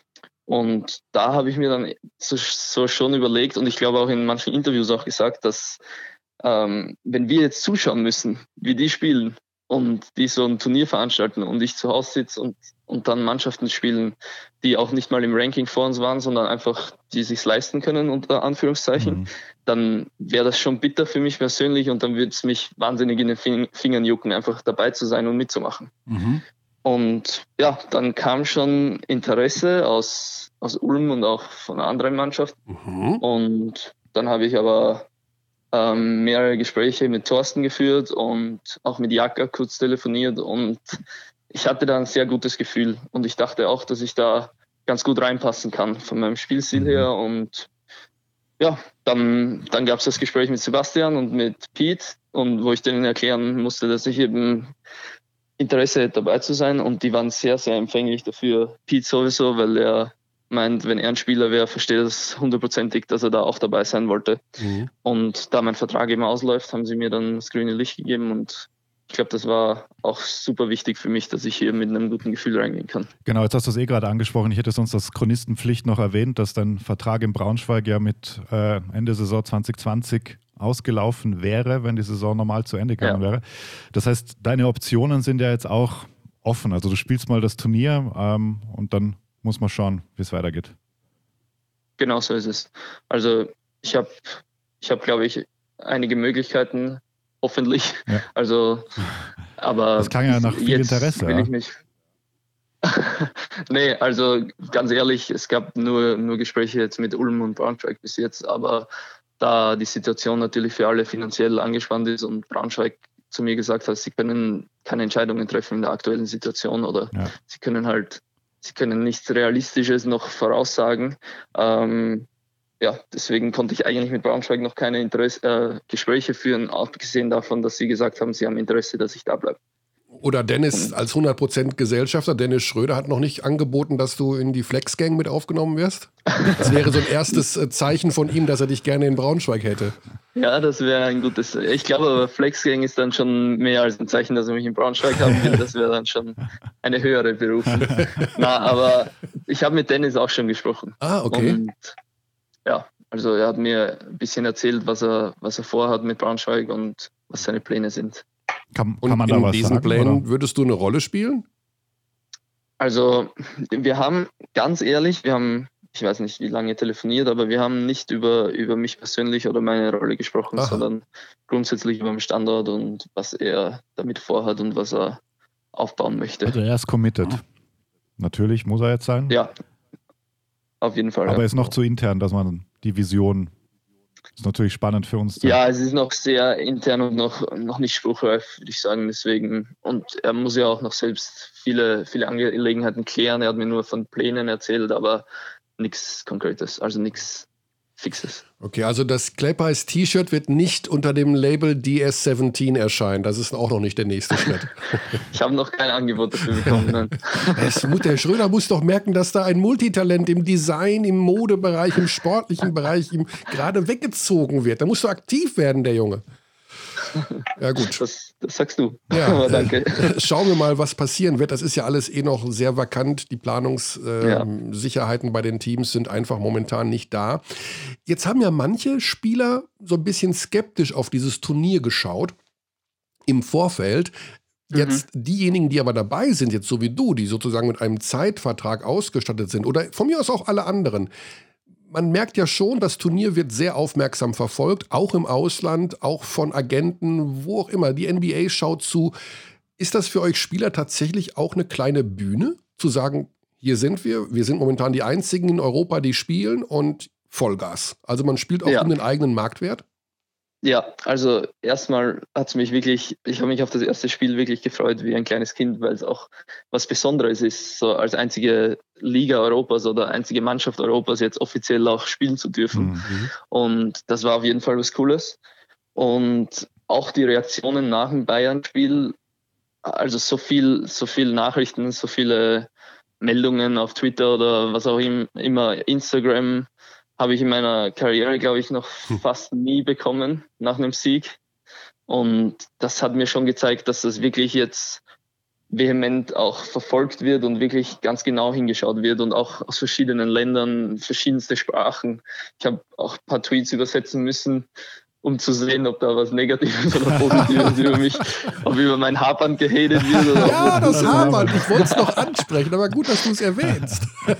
Und da habe ich mir dann so, so schon überlegt und ich glaube auch in manchen Interviews auch gesagt, dass ähm, wenn wir jetzt zuschauen müssen, wie die spielen und die so ein Turnier veranstalten und ich zu Hause sitze und, und dann Mannschaften spielen, die auch nicht mal im Ranking vor uns waren, sondern einfach, die sich leisten können, unter Anführungszeichen, mhm. dann wäre das schon bitter für mich persönlich und dann würde es mich wahnsinnig in den Fing- Fingern jucken, einfach dabei zu sein und mitzumachen. Mhm. Und ja, dann kam schon Interesse aus, aus Ulm und auch von einer anderen Mannschaft. Mhm. Und dann habe ich aber ähm, mehrere Gespräche mit Thorsten geführt und auch mit Jaka kurz telefoniert. Und ich hatte da ein sehr gutes Gefühl. Und ich dachte auch, dass ich da ganz gut reinpassen kann von meinem Spielstil mhm. her. Und ja, dann, dann gab es das Gespräch mit Sebastian und mit Pete. Und wo ich denen erklären musste, dass ich eben Interesse hätte, dabei zu sein und die waren sehr, sehr empfänglich dafür. Pete sowieso, weil er meint, wenn er ein Spieler wäre, versteht es hundertprozentig, dass er da auch dabei sein wollte. Mhm. Und da mein Vertrag eben ausläuft, haben sie mir dann das grüne Licht gegeben und ich glaube, das war auch super wichtig für mich, dass ich hier mit einem guten Gefühl reingehen kann. Genau, jetzt hast du es eh gerade angesprochen. Ich hätte sonst als Chronistenpflicht noch erwähnt, dass dein Vertrag in Braunschweig ja mit äh, Ende Saison zwanzig zwanzig ausgelaufen wäre, wenn die Saison normal zu Ende gegangen ja. wäre. Das heißt, deine Optionen sind ja jetzt auch offen. Also du spielst mal das Turnier ähm, und dann muss man schauen, wie es weitergeht. Genau so ist es. Also ich habe, ich hab, glaube ich, einige Möglichkeiten, hoffentlich. Ja. Also, aber das klang ja nach viel Interesse. Will ja? ich mich nee, also ganz ehrlich, es gab nur, nur Gespräche jetzt mit Ulm und Braunschweig bis jetzt, aber da die Situation natürlich für alle finanziell angespannt ist und Braunschweig zu mir gesagt hat, sie können keine Entscheidungen treffen in der aktuellen Situation oder ja. sie können halt, sie können nichts Realistisches noch voraussagen. Ähm, ja, deswegen konnte ich eigentlich mit Braunschweig noch keine Interesse, äh, Gespräche führen, abgesehen davon, dass sie gesagt haben, sie haben Interesse, dass ich da bleibe. Oder Dennis als hundert Prozent Gesellschafter, Dennis Schröder, hat noch nicht angeboten, dass du in die Flex-Gang mit aufgenommen wirst? Das wäre so ein erstes Zeichen von ihm, dass er dich gerne in Braunschweig hätte. Ja, das wäre ein gutes. Ich glaube, aber Flex-Gang ist dann schon mehr als ein Zeichen, dass er mich in Braunschweig haben will. Das wäre dann schon eine höhere Berufung. Na, aber ich habe mit Dennis auch schon gesprochen. Ah, okay. Und ja, also er hat mir ein bisschen erzählt, was er, was er vorhat mit Braunschweig und was seine Pläne sind. Kann, kann man da was sagen? In diesen Plänen würdest du eine Rolle spielen? Also wir haben, ganz ehrlich, wir haben, ich weiß nicht, wie lange telefoniert, aber wir haben nicht über, über mich persönlich oder meine Rolle gesprochen, Aha. sondern grundsätzlich über den Standort und was er damit vorhat und was er aufbauen möchte. Also er ist committed. Natürlich muss er jetzt sein. Ja, auf jeden Fall. Aber ja. ist noch zu intern, dass man die Vision... Das ist natürlich spannend für uns. Ja, es ist noch sehr intern und noch, noch nicht spruchreif, würde ich sagen. Deswegen, und er muss ja auch noch selbst viele, viele Angelegenheiten klären. Er hat mir nur von Plänen erzählt, aber nichts Konkretes, also nichts Fixes. Okay, also das Clay-Pies T-Shirt wird nicht unter dem Label D S siebzehn erscheinen. Das ist auch noch nicht der nächste Schritt. Ich habe noch kein Angebot dafür bekommen. Es, der Schröder muss doch merken, dass da ein Multitalent im Design, im Modebereich, im sportlichen Bereich ihm gerade weggezogen wird. Da musst du aktiv werden, der Junge. Ja gut. Das, das sagst du. Ja, aber danke. Äh, schauen wir mal, was passieren wird. Das ist ja alles eh noch sehr vakant. Die Planungssicherheiten äh, ja. bei den Teams sind einfach momentan nicht da. Jetzt haben ja manche Spieler so ein bisschen skeptisch auf dieses Turnier geschaut im Vorfeld. Jetzt mhm. diejenigen, die aber dabei sind, jetzt so wie du, die sozusagen mit einem Zeitvertrag ausgestattet sind oder von mir aus auch alle anderen, man merkt ja schon, das Turnier wird sehr aufmerksam verfolgt, auch im Ausland, auch von Agenten, wo auch immer. Die N B A schaut zu. Ist das für euch Spieler tatsächlich auch eine kleine Bühne, zu sagen, hier sind wir, wir sind momentan die Einzigen in Europa, die spielen und Vollgas? Also man spielt auch ja. um den eigenen Marktwert? Ja, also erstmal hat es mich wirklich, ich habe mich auf das erste Spiel wirklich gefreut wie ein kleines Kind, weil es auch was Besonderes ist, so als einzige Liga Europas oder einzige Mannschaft Europas jetzt offiziell auch spielen zu dürfen. Mhm. Und das war auf jeden Fall was Cooles. Und auch die Reaktionen nach dem Bayern-Spiel, also so viel, so viele Nachrichten, so viele Meldungen auf Twitter oder was auch immer, Instagram, habe ich in meiner Karriere, glaube ich, noch fast nie bekommen nach einem Sieg. Und das hat mir schon gezeigt, dass das wirklich jetzt vehement auch verfolgt wird und wirklich ganz genau hingeschaut wird und auch aus verschiedenen Ländern, verschiedenste Sprachen. Ich habe auch ein paar Tweets übersetzen müssen, um zu sehen, ob da was Negatives oder Positives über mich, ob über mein Haarband gehatet wird. Oder ja, das Haarband, ich wollte es noch ansprechen, aber gut, dass du es erwähnst.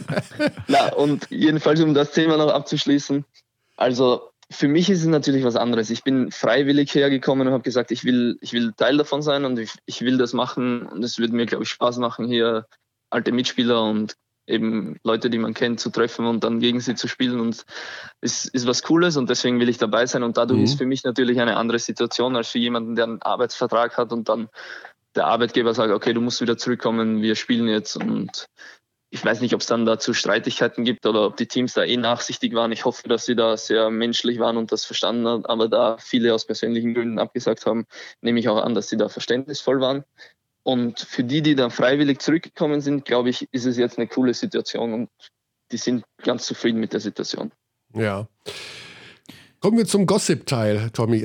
Na, und jedenfalls, um das Thema noch abzuschließen, also für mich ist es natürlich was anderes. Ich bin freiwillig hergekommen und habe gesagt, ich will, ich will Teil davon sein und ich, ich will das machen und es würde mir, glaube ich, Spaß machen, hier alte Mitspieler und eben Leute, die man kennt, zu treffen und dann gegen sie zu spielen, und es ist was Cooles und deswegen will ich dabei sein, und dadurch mhm. ist für mich natürlich eine andere Situation als für jemanden, der einen Arbeitsvertrag hat und dann der Arbeitgeber sagt, okay, du musst wieder zurückkommen, wir spielen jetzt, und ich weiß nicht, ob es dann dazu Streitigkeiten gibt oder ob die Teams da eh nachsichtig waren. Ich hoffe, dass sie da sehr menschlich waren und das verstanden haben, aber da viele aus persönlichen Gründen abgesagt haben, nehme ich auch an, dass sie da verständnisvoll waren. Und für die, die dann freiwillig zurückgekommen sind, glaube ich, ist es jetzt eine coole Situation und die sind ganz zufrieden mit der Situation. Ja. Kommen wir zum Gossip-Teil, Tommy.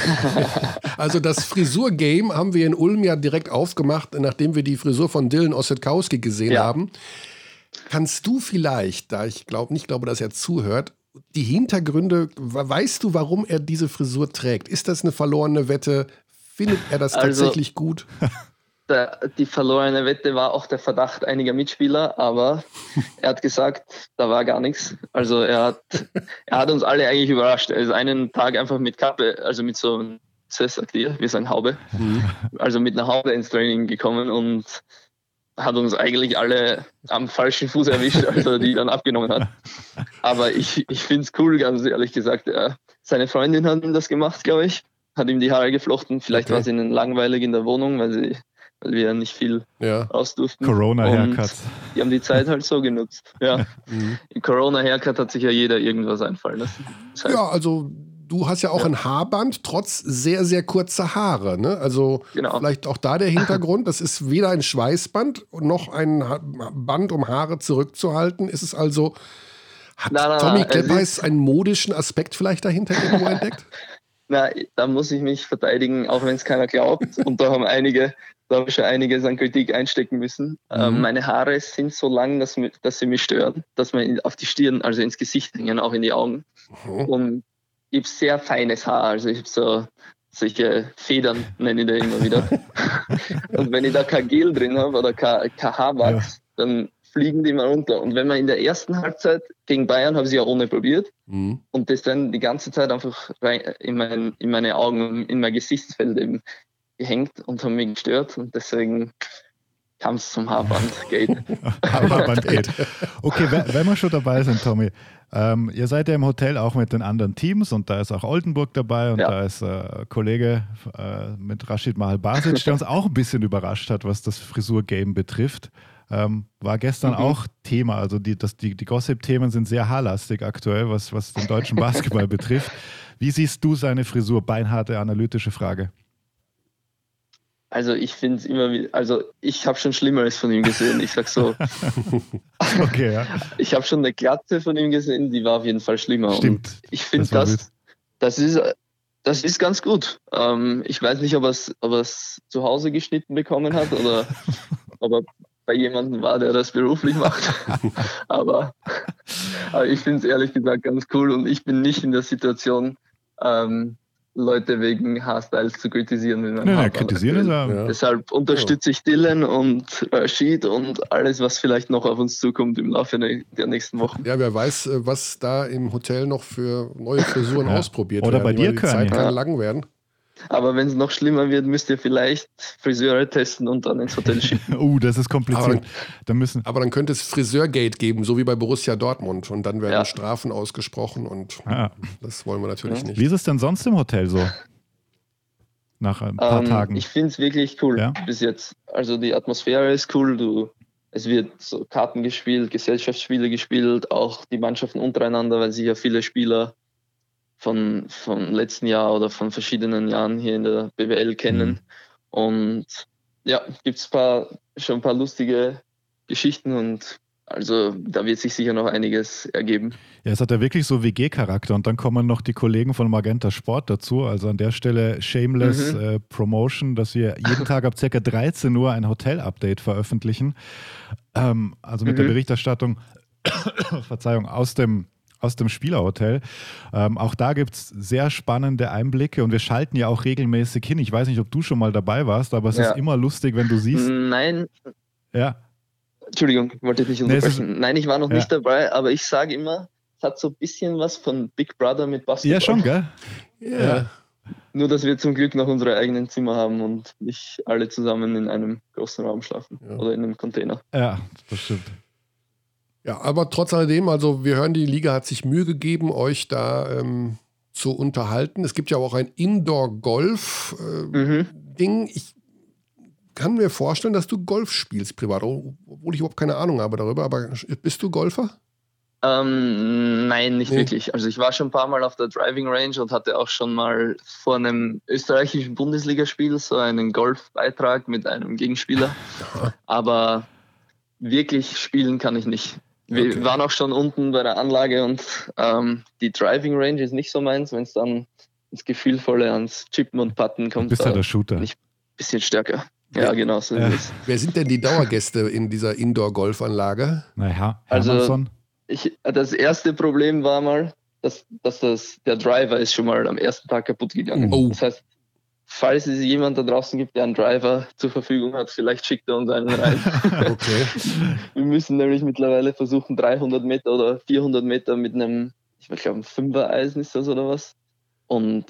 Also das Frisur-Game haben wir in Ulm ja direkt aufgemacht, nachdem wir die Frisur von Dylan Ossetkowski gesehen ja. haben. Kannst du vielleicht, da ich glaub, nicht glaube, dass er zuhört, die Hintergründe, weißt du, warum er diese Frisur trägt? Ist das eine verlorene Wette? Findet er das also, tatsächlich gut? Der, die verlorene Wette war auch der Verdacht einiger Mitspieler, aber er hat gesagt, da war gar nichts. Also er hat, er hat uns alle eigentlich überrascht. Er ist einen Tag einfach mit Kappe, also mit so einem, sagt ihr, wir sagen Haube, mhm. also mit einer Haube ins Training gekommen und hat uns eigentlich alle am falschen Fuß erwischt, als er die dann abgenommen hat. Aber ich, ich finde es cool, ganz ehrlich gesagt. Er, seine Freundin hat ihm das gemacht, glaube ich, hat ihm die Haare geflochten. Vielleicht okay. war es ihnen langweilig in der Wohnung, weil sie weil wir ja nicht viel ja. raus durften. Corona-Haircuts. Die haben die Zeit halt so genutzt. Ja. Mhm. Im Corona-Haircut hat sich ja jeder irgendwas einfallen lassen. Das heißt, ja, also du hast ja auch ja. ein Haarband, trotz sehr, sehr kurzer Haare. Ne? Also genau. vielleicht auch da der Hintergrund. Das ist weder ein Schweißband noch ein Band, um Haare zurückzuhalten. Ist es also, hat na, na, Tommy Kleppeis einen modischen Aspekt vielleicht dahinter irgendwo entdeckt? Na, da muss ich mich verteidigen, auch wenn es keiner glaubt. Und da haben einige, da habe ich schon einiges an Kritik einstecken müssen. Mhm. Ähm, meine Haare sind so lang, dass, dass sie mich stören, dass man auf die Stirn, also ins Gesicht hängen, auch in die Augen. Mhm. Und ich habe sehr feines Haar, also ich habe so solche Federn, nenne ich da immer wieder. Und wenn ich da kein Gel drin habe oder kein, kein Haarwachs, ja. dann fliegen die mal runter. Und wenn man in der ersten Halbzeit gegen Bayern, habe ich sie ja ohne probiert, mhm. und das dann die ganze Zeit einfach rein in, mein, in meine Augen, in mein Gesichtsfeld eben gehängt und haben mich gestört, und deswegen kam es zum Haarband-Gate. Haarband-Gate. Okay, wenn wir schon dabei sind, Tommy, ähm, ihr seid ja im Hotel auch mit den anderen Teams und da ist auch Oldenburg dabei und ja. da ist äh, Kollege äh, mit Rashid Mahal Basic, der uns auch ein bisschen überrascht hat, was das Frisur-Game betrifft. Ähm, war gestern mhm. auch Thema, also die, das, die, die Gossip-Themen sind sehr haarlastig aktuell, was, was den deutschen Basketball betrifft. Wie siehst du seine Frisur? Beinharte analytische Frage. Also ich finde es immer wieder, also ich habe schon Schlimmeres von ihm gesehen, ich sag so. Okay, ja. Ich habe schon eine Glatze von ihm gesehen, die war auf jeden Fall schlimmer. Stimmt. Und ich finde, das, das, das, ist, das ist ganz gut. Ähm, ich weiß nicht, ob er es ob er's zu Hause geschnitten bekommen hat oder ob er bei jemandem war, der das beruflich macht. aber, aber ich finde es ehrlich gesagt ganz cool, und ich bin nicht in der Situation, ähm, Leute wegen Haarstyles zu kritisieren. Mit ja, kritisieren ist ja. Deshalb unterstütze ich Dylan und Rashid und alles, was vielleicht noch auf uns zukommt im Laufe der nächsten Wochen. Ja, wer weiß, was da im Hotel noch für neue Frisuren ja. ausprobiert Oder werden. Oder bei dir, die Körny. Zeit kann ja. lang werden. Aber wenn es noch schlimmer wird, müsst ihr vielleicht Friseure testen und dann ins Hotel schicken. uh, das ist kompliziert. Aber dann, dann müssen aber dann könnte es Friseurgate geben, so wie bei Borussia Dortmund. Und dann werden ja. Strafen ausgesprochen und ja. das wollen wir natürlich ja. nicht. Wie ist es denn sonst im Hotel so? Nach ein paar ähm, Tagen. Ich finde es wirklich cool ja? bis jetzt. Also die Atmosphäre ist cool. Du, es wird so Karten gespielt, Gesellschaftsspiele gespielt, auch die Mannschaften untereinander, weil sich ja viele Spieler von, von letzten Jahr oder von verschiedenen Jahren hier in der B W L kennen. Mhm. Und ja, gibt es schon ein paar lustige Geschichten und Also da wird sich sicher noch einiges ergeben. Ja, es hat ja wirklich so W G-Charakter und dann kommen noch die Kollegen von Magenta Sport dazu. Also an der Stelle shameless mhm. äh, Promotion, dass wir jeden Tag ab ca. dreizehn Uhr ein Hotel-Update veröffentlichen. Ähm, also mit mhm. der Berichterstattung, Verzeihung, aus dem aus dem Spielerhotel. Ähm, auch da gibt es sehr spannende Einblicke und wir schalten ja auch regelmäßig hin. Ich weiß nicht, ob du schon mal dabei warst, aber es ja. ist immer lustig, wenn du siehst. Nein. Ja. Entschuldigung, wollte ich nicht unterbrechen. Nee, Nein, ich war noch ja. nicht dabei, aber ich sage immer, es hat so ein bisschen was von Big Brother mit Basketball. Ja, schon, gell? Ja. ja. Nur, dass wir zum Glück noch unsere eigenen Zimmer haben und nicht alle zusammen in einem großen Raum schlafen ja. oder in einem Container. Ja, das stimmt. Ja, aber trotz alledem, also wir hören, die Liga hat sich Mühe gegeben, euch da ähm, zu unterhalten. Es gibt ja auch ein Indoor-Golf-Ding. Äh, mhm. Ich kann mir vorstellen, dass du Golf spielst privat, obwohl ich überhaupt keine Ahnung habe darüber. Aber bist du Golfer? Ähm, nein, nicht nee. wirklich. Also ich war schon ein paar Mal auf der Driving Range und hatte auch schon mal vor einem österreichischen Bundesligaspiel so einen Golfbeitrag mit einem Gegenspieler. Ja. Aber wirklich spielen kann ich nicht. Wir okay. waren auch schon unten bei der Anlage und ähm, die Driving Range ist nicht so meins, wenn es dann ins Gefühlvolle ans Chippen und Putten kommt. Du bist ja der Shooter. Bin ich ein bisschen stärker. Ja, ja genau so ja. ist es. Wer sind denn die Dauergäste in dieser Indoor-Golfanlage? Naja, also ich, das erste Problem war mal, dass, dass das, der Driver ist schon mal am ersten Tag kaputt gegangen. Oh. Das heißt, falls es jemand da draußen gibt, der einen Driver zur Verfügung hat, vielleicht schickt er uns einen rein. Okay. Wir müssen nämlich mittlerweile versuchen, dreihundert Meter oder vierhundert Meter mit einem, ich glaube, ein Fünfer-Eisen ist das oder was. Und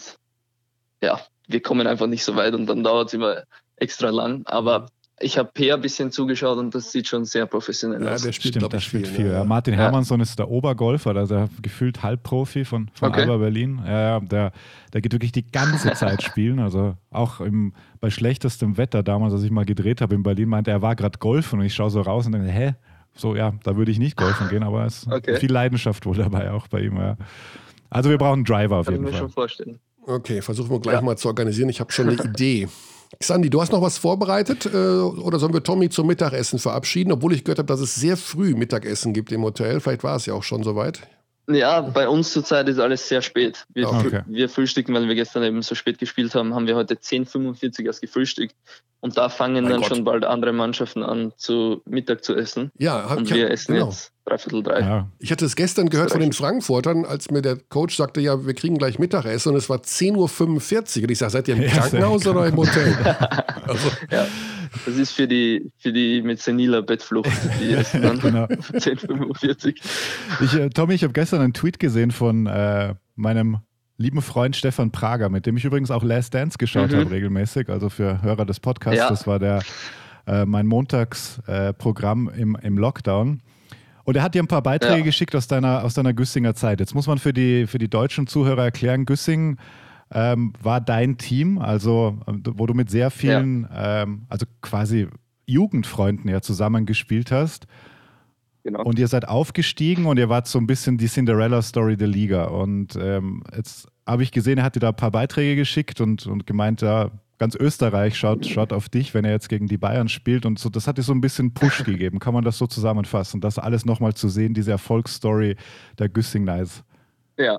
ja, wir kommen einfach nicht so weit und dann dauert es immer extra lang. Aber ich habe Peer ein bisschen zugeschaut und das sieht schon sehr professionell ja, aus. Der spielt, Stimmt, der spielt viel. Ja. Ja. Martin Hermannsson ja. ist der Obergolfer, also der gefühlt Halbprofi von, von okay. Alba Berlin. Ja, der, der geht wirklich die ganze Zeit spielen. Also auch im, bei schlechtestem Wetter damals, als ich mal gedreht habe in Berlin, meinte er, er war gerade golfen und ich schaue so raus und denke, hä? So, ja, da würde ich nicht golfen gehen, aber es ist okay. viel Leidenschaft wohl dabei auch bei ihm. Ja. Also wir brauchen einen Driver auf Kann jeden ich mir Fall. schon vorstellen. Okay, versuchen wir gleich ja. mal zu organisieren. Ich habe schon eine Idee. Xandi, du hast noch was vorbereitet äh, oder sollen wir Tommy zum Mittagessen verabschieden? Obwohl ich gehört habe, dass es sehr früh Mittagessen gibt im Hotel. Vielleicht war es ja auch schon soweit. Ja, bei uns zurzeit ist alles sehr spät. Wir, okay. wir frühstücken, weil wir gestern eben so spät gespielt haben, haben wir heute zehn Uhr fünfundvierzig erst gefrühstückt. Und da fangen mein dann Gott. schon bald andere Mannschaften an, zu Mittag zu essen. Ja, hab, und ich, wir essen genau. jetzt dreiviertel drei. Ja. Ich hatte es gestern gehört von den Frankfurtern, als mir der Coach sagte, ja, wir kriegen gleich Mittagessen und es war zehn Uhr fünfundvierzig. Und ich sage, seid ihr im ja, Krankenhaus oder im Hotel? Also. Ja, das ist für die, für die mit seniler Bettflucht, die essen dann genau. zehn Uhr fünfundvierzig. Ich, äh, Tommy, ich habe gestern einen Tweet gesehen von äh, meinem lieben Freund Stefan Prager, mit dem ich übrigens auch Last Dance geschaut mhm. habe regelmäßig, also für Hörer des Podcasts. Ja. Das war der äh, mein Montagsprogramm äh, im, im Lockdown. Und er hat dir ein paar Beiträge ja. geschickt aus deiner, aus deiner Güssinger Zeit. Jetzt muss man für die, für die deutschen Zuhörer erklären, Güssing ähm, war dein Team, also wo du mit sehr vielen, ja. ähm, also quasi Jugendfreunden ja zusammengespielt hast. Genau. Und ihr seid aufgestiegen und ihr wart so ein bisschen die Cinderella-Story der Liga. Und ähm, jetzt habe ich gesehen, er hat dir da ein paar Beiträge geschickt und, und gemeint, ja, ganz Österreich schaut, schaut auf dich, wenn er jetzt gegen die Bayern spielt. Und so, das hat dir so ein bisschen Push gegeben. Kann man das so zusammenfassen? Das alles nochmal zu sehen, diese Erfolgsstory der Güssing Knights. Ja,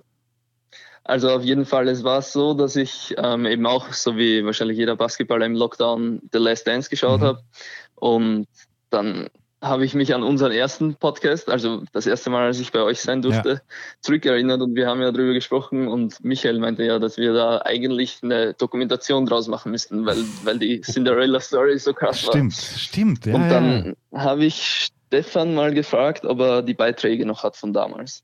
also auf jeden Fall, es war so, dass ich ähm, eben auch, so wie wahrscheinlich jeder Basketballer im Lockdown, The Last Dance geschaut mhm. habe. Und dann habe ich mich an unseren ersten Podcast, also das erste Mal, als ich bei euch sein durfte, ja. zurückerinnert und wir haben ja darüber gesprochen und Michael meinte ja, dass wir da eigentlich eine Dokumentation draus machen müssten, weil, weil die Cinderella-Story so krass war. Stimmt, stimmt. Ja, und dann ja. habe ich Stefan mal gefragt, ob er die Beiträge noch hat von damals.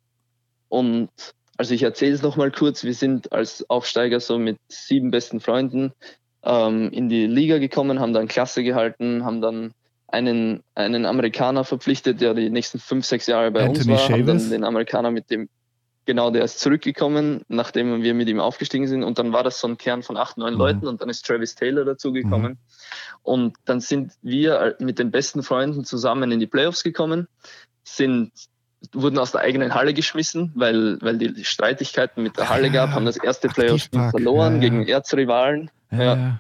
Und also ich erzähle es nochmal kurz, wir sind als Aufsteiger so mit sieben besten Freunden ähm, in die Liga gekommen, haben dann Klasse gehalten, haben dann einen, einen Amerikaner verpflichtet, der die nächsten fünf, sechs Jahre bei Anthony uns war. Haben Chavis. dann den Amerikaner mit dem, genau, der ist zurückgekommen, nachdem wir mit ihm aufgestiegen sind. Und dann war das so ein Kern von acht, neun mhm. Leuten und dann ist Travis Taylor dazugekommen. Mhm. Und dann sind wir mit den besten Freunden zusammen in die Playoffs gekommen, sind, wurden aus der eigenen Halle geschmissen, weil, weil die Streitigkeiten mit der Halle gab, haben das erste Playoff verloren ja, ja. gegen Erzrivalen. Ja. Ja.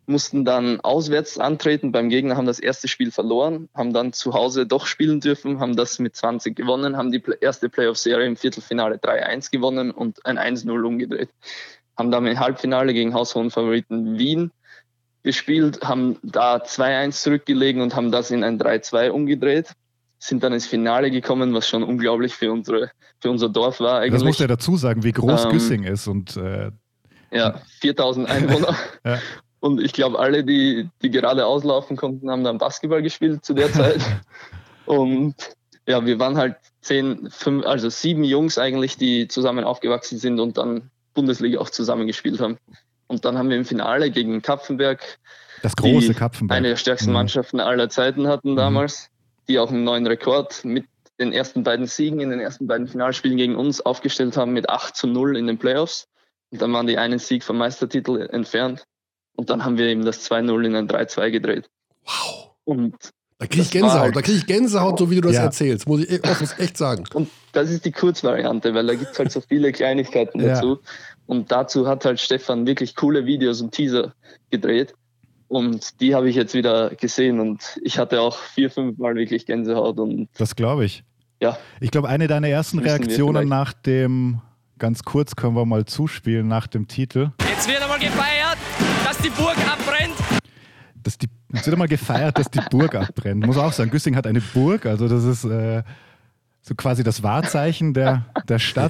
mussten dann auswärts antreten beim Gegner, haben das erste Spiel verloren, haben dann zu Hause doch spielen dürfen, haben das mit zwanzig gewonnen, haben die erste Playoff-Serie im Viertelfinale drei eins gewonnen und ein eins null umgedreht. Haben dann im Halbfinale gegen haushohen Favoriten Wien gespielt, haben da zwei eins zurückgelegen und haben das in ein drei zwei umgedreht. Sind dann ins Finale gekommen, was schon unglaublich für, unsere, für unser Dorf war eigentlich. Das muss ja dazu sagen, wie groß ähm, Güssing ist. Und, äh, ja, viertausend Einwohner. ja. Und ich glaube, alle, die, die gerade auslaufen konnten, haben dann Basketball gespielt zu der Zeit. Und ja, wir waren halt zehn, fünf, also sieben Jungs eigentlich, die zusammen aufgewachsen sind und dann Bundesliga auch zusammen gespielt haben. Und dann haben wir im Finale gegen Kapfenberg, das große die Kapfenberg, eine der stärksten mhm. Mannschaften aller Zeiten hatten damals, mhm. die auch einen neuen Rekord mit den ersten beiden Siegen in den ersten beiden Finalspielen gegen uns aufgestellt haben mit acht zu null in den Playoffs. Und dann waren die einen Sieg vom Meistertitel entfernt. Und dann haben wir eben das zwei null in ein drei zwei gedreht. Wow. Und da kriege ich Gänsehaut, halt, da kriege ich Gänsehaut, so wie du das ja. erzählst, muss ich offen echt sagen. Und das ist die Kurzvariante, weil da gibt es halt so viele Kleinigkeiten ja. dazu. Und dazu hat halt Stefan wirklich coole Videos und Teaser gedreht. Und die habe ich jetzt wieder gesehen und ich hatte auch vier, fünf Mal wirklich Gänsehaut. Und das glaube ich. Ja. Ich glaube, eine deiner ersten Reaktionen nach dem, ganz kurz können wir mal zuspielen, nach dem Titel. Jetzt wird einmal gefeiert, dass die Burg abbrennt. Dass die, jetzt wird einmal gefeiert, dass die Burg abbrennt. Muss auch sagen, Güssing hat eine Burg, also das ist äh, so quasi das Wahrzeichen der, der Stadt.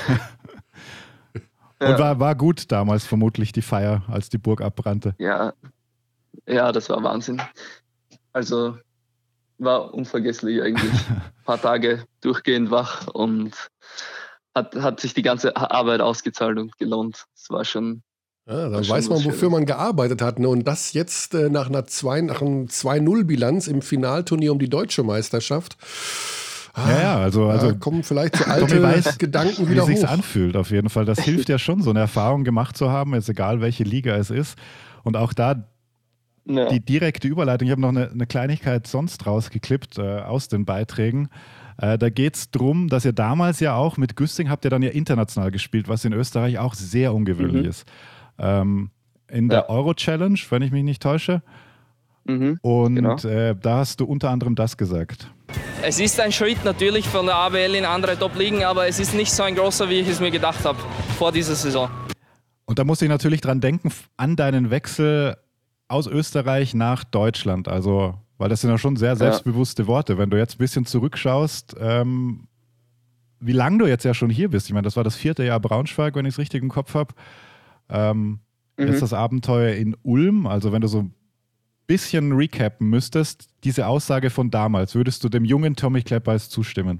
Und ja. war, war gut damals vermutlich die Feier, als die Burg abbrannte. Ja, ja, das war Wahnsinn. Also war unvergesslich eigentlich. Ein paar Tage durchgehend wach und hat, hat sich die ganze Arbeit ausgezahlt und gelohnt. Es war schon. Ja, dann weiß man, wofür man gearbeitet hat. Ne? Und das jetzt äh, nach einer zwei, nach einem zwei null Bilanz im Finalturnier um die deutsche Meisterschaft. Ah, ja, ja, also, also da kommen vielleicht so alte weiß, Gedanken wieder hoch. Wie sich's anfühlt auf jeden Fall. Das hilft ja schon, so eine Erfahrung gemacht zu haben, jetzt egal welche Liga es ist. Und auch da ja. die direkte Überleitung. Ich habe noch eine, eine Kleinigkeit sonst rausgeklippt äh, aus den Beiträgen. Äh, da geht es darum, dass ihr damals ja auch mit Güssing habt ihr dann ja international gespielt, was in Österreich auch sehr ungewöhnlich mhm. ist. Ähm, in der ja. Euro-Challenge, wenn ich mich nicht täusche. Mhm, und genau. äh, da hast du unter anderem das gesagt. Es ist ein Schritt natürlich von der A W L in andere Top-Ligen, aber es ist nicht so ein großer, wie ich es mir gedacht habe vor dieser Saison. Und da muss ich natürlich dran denken, an deinen Wechsel aus Österreich nach Deutschland. Also, weil das sind ja schon sehr selbstbewusste ja. Worte. Wenn du jetzt ein bisschen zurückschaust, ähm, wie lange du jetzt ja schon hier bist. Ich meine, das war das vierte Jahr Braunschweig, wenn ich es richtig im Kopf habe. Ähm, mhm. Jetzt das Abenteuer in Ulm. Also, wenn du so ein bisschen recappen müsstest, diese Aussage von damals, würdest du dem jungen Tommy Kleppeis zustimmen?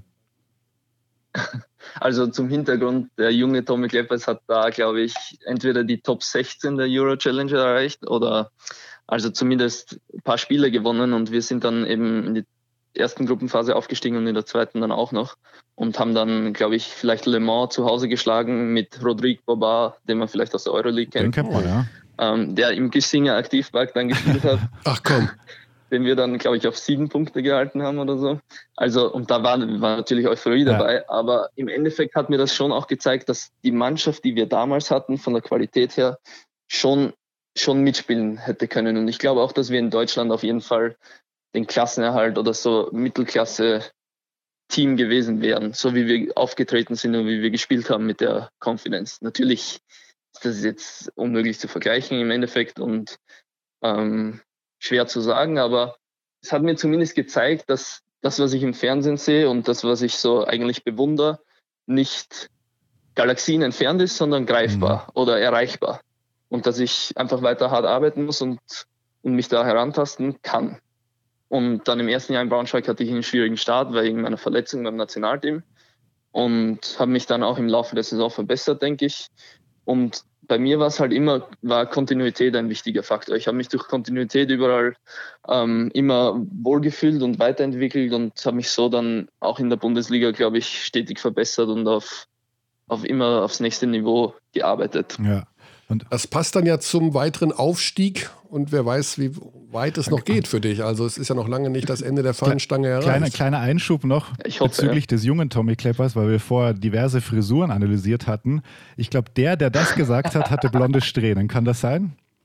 Also zum Hintergrund, der junge Tommy Kleppeis hat da, glaube ich, entweder die Top sechzehn der Euro Challenger erreicht oder also zumindest ein paar Spiele gewonnen und wir sind dann eben in die ersten Gruppenphase aufgestiegen und in der zweiten dann auch noch und haben dann, glaube ich, vielleicht Le Mans zu Hause geschlagen mit Rodrigue Bobar, den man vielleicht aus der Euroleague kennt. Den kennt man, ja. Ähm, der im Gissinger Aktivpark dann gespielt hat. Ach komm. Den wir dann, glaube ich, auf sieben Punkte gehalten haben oder so. Also, und da war, war natürlich Euphorie dabei, ja. aber im Endeffekt hat mir das schon auch gezeigt, dass die Mannschaft, die wir damals hatten, von der Qualität her, schon, schon mitspielen hätte können. Und ich glaube auch, dass wir in Deutschland auf jeden Fall den Klassenerhalt oder so Mittelklasse-Team gewesen wären, so wie wir aufgetreten sind und wie wir gespielt haben mit der Confidence. Natürlich ist das jetzt unmöglich zu vergleichen im Endeffekt und ähm, schwer zu sagen, aber es hat mir zumindest gezeigt, dass das, was ich im Fernsehen sehe und das, was ich so eigentlich bewundere, nicht Galaxien entfernt ist, sondern greifbar mhm. oder erreichbar. Und dass ich einfach weiter hart arbeiten muss und, und mich da herantasten kann. Und dann im ersten Jahr in Braunschweig hatte ich einen schwierigen Start wegen meiner Verletzung beim Nationalteam und habe mich dann auch im Laufe der Saison verbessert, denke ich. Und bei mir war es halt immer, war Kontinuität ein wichtiger Faktor. Ich habe mich durch Kontinuität überall ähm, immer wohlgefühlt und weiterentwickelt und habe mich so dann auch in der Bundesliga, glaube ich, stetig verbessert und auf, auf immer aufs nächste Niveau gearbeitet. Ja. Und das passt dann ja zum weiteren Aufstieg und wer weiß, wie weit es noch geht für dich. Also es ist ja noch lange nicht das Ende der Fahnenstange erreicht. Kleiner, kleiner Einschub noch ich hoffe, bezüglich ja. des jungen Tommy Kleppeis, weil wir vorher diverse Frisuren analysiert hatten. Ich glaube, der, der das gesagt hat, hatte blonde Strähnen. Kann das sein?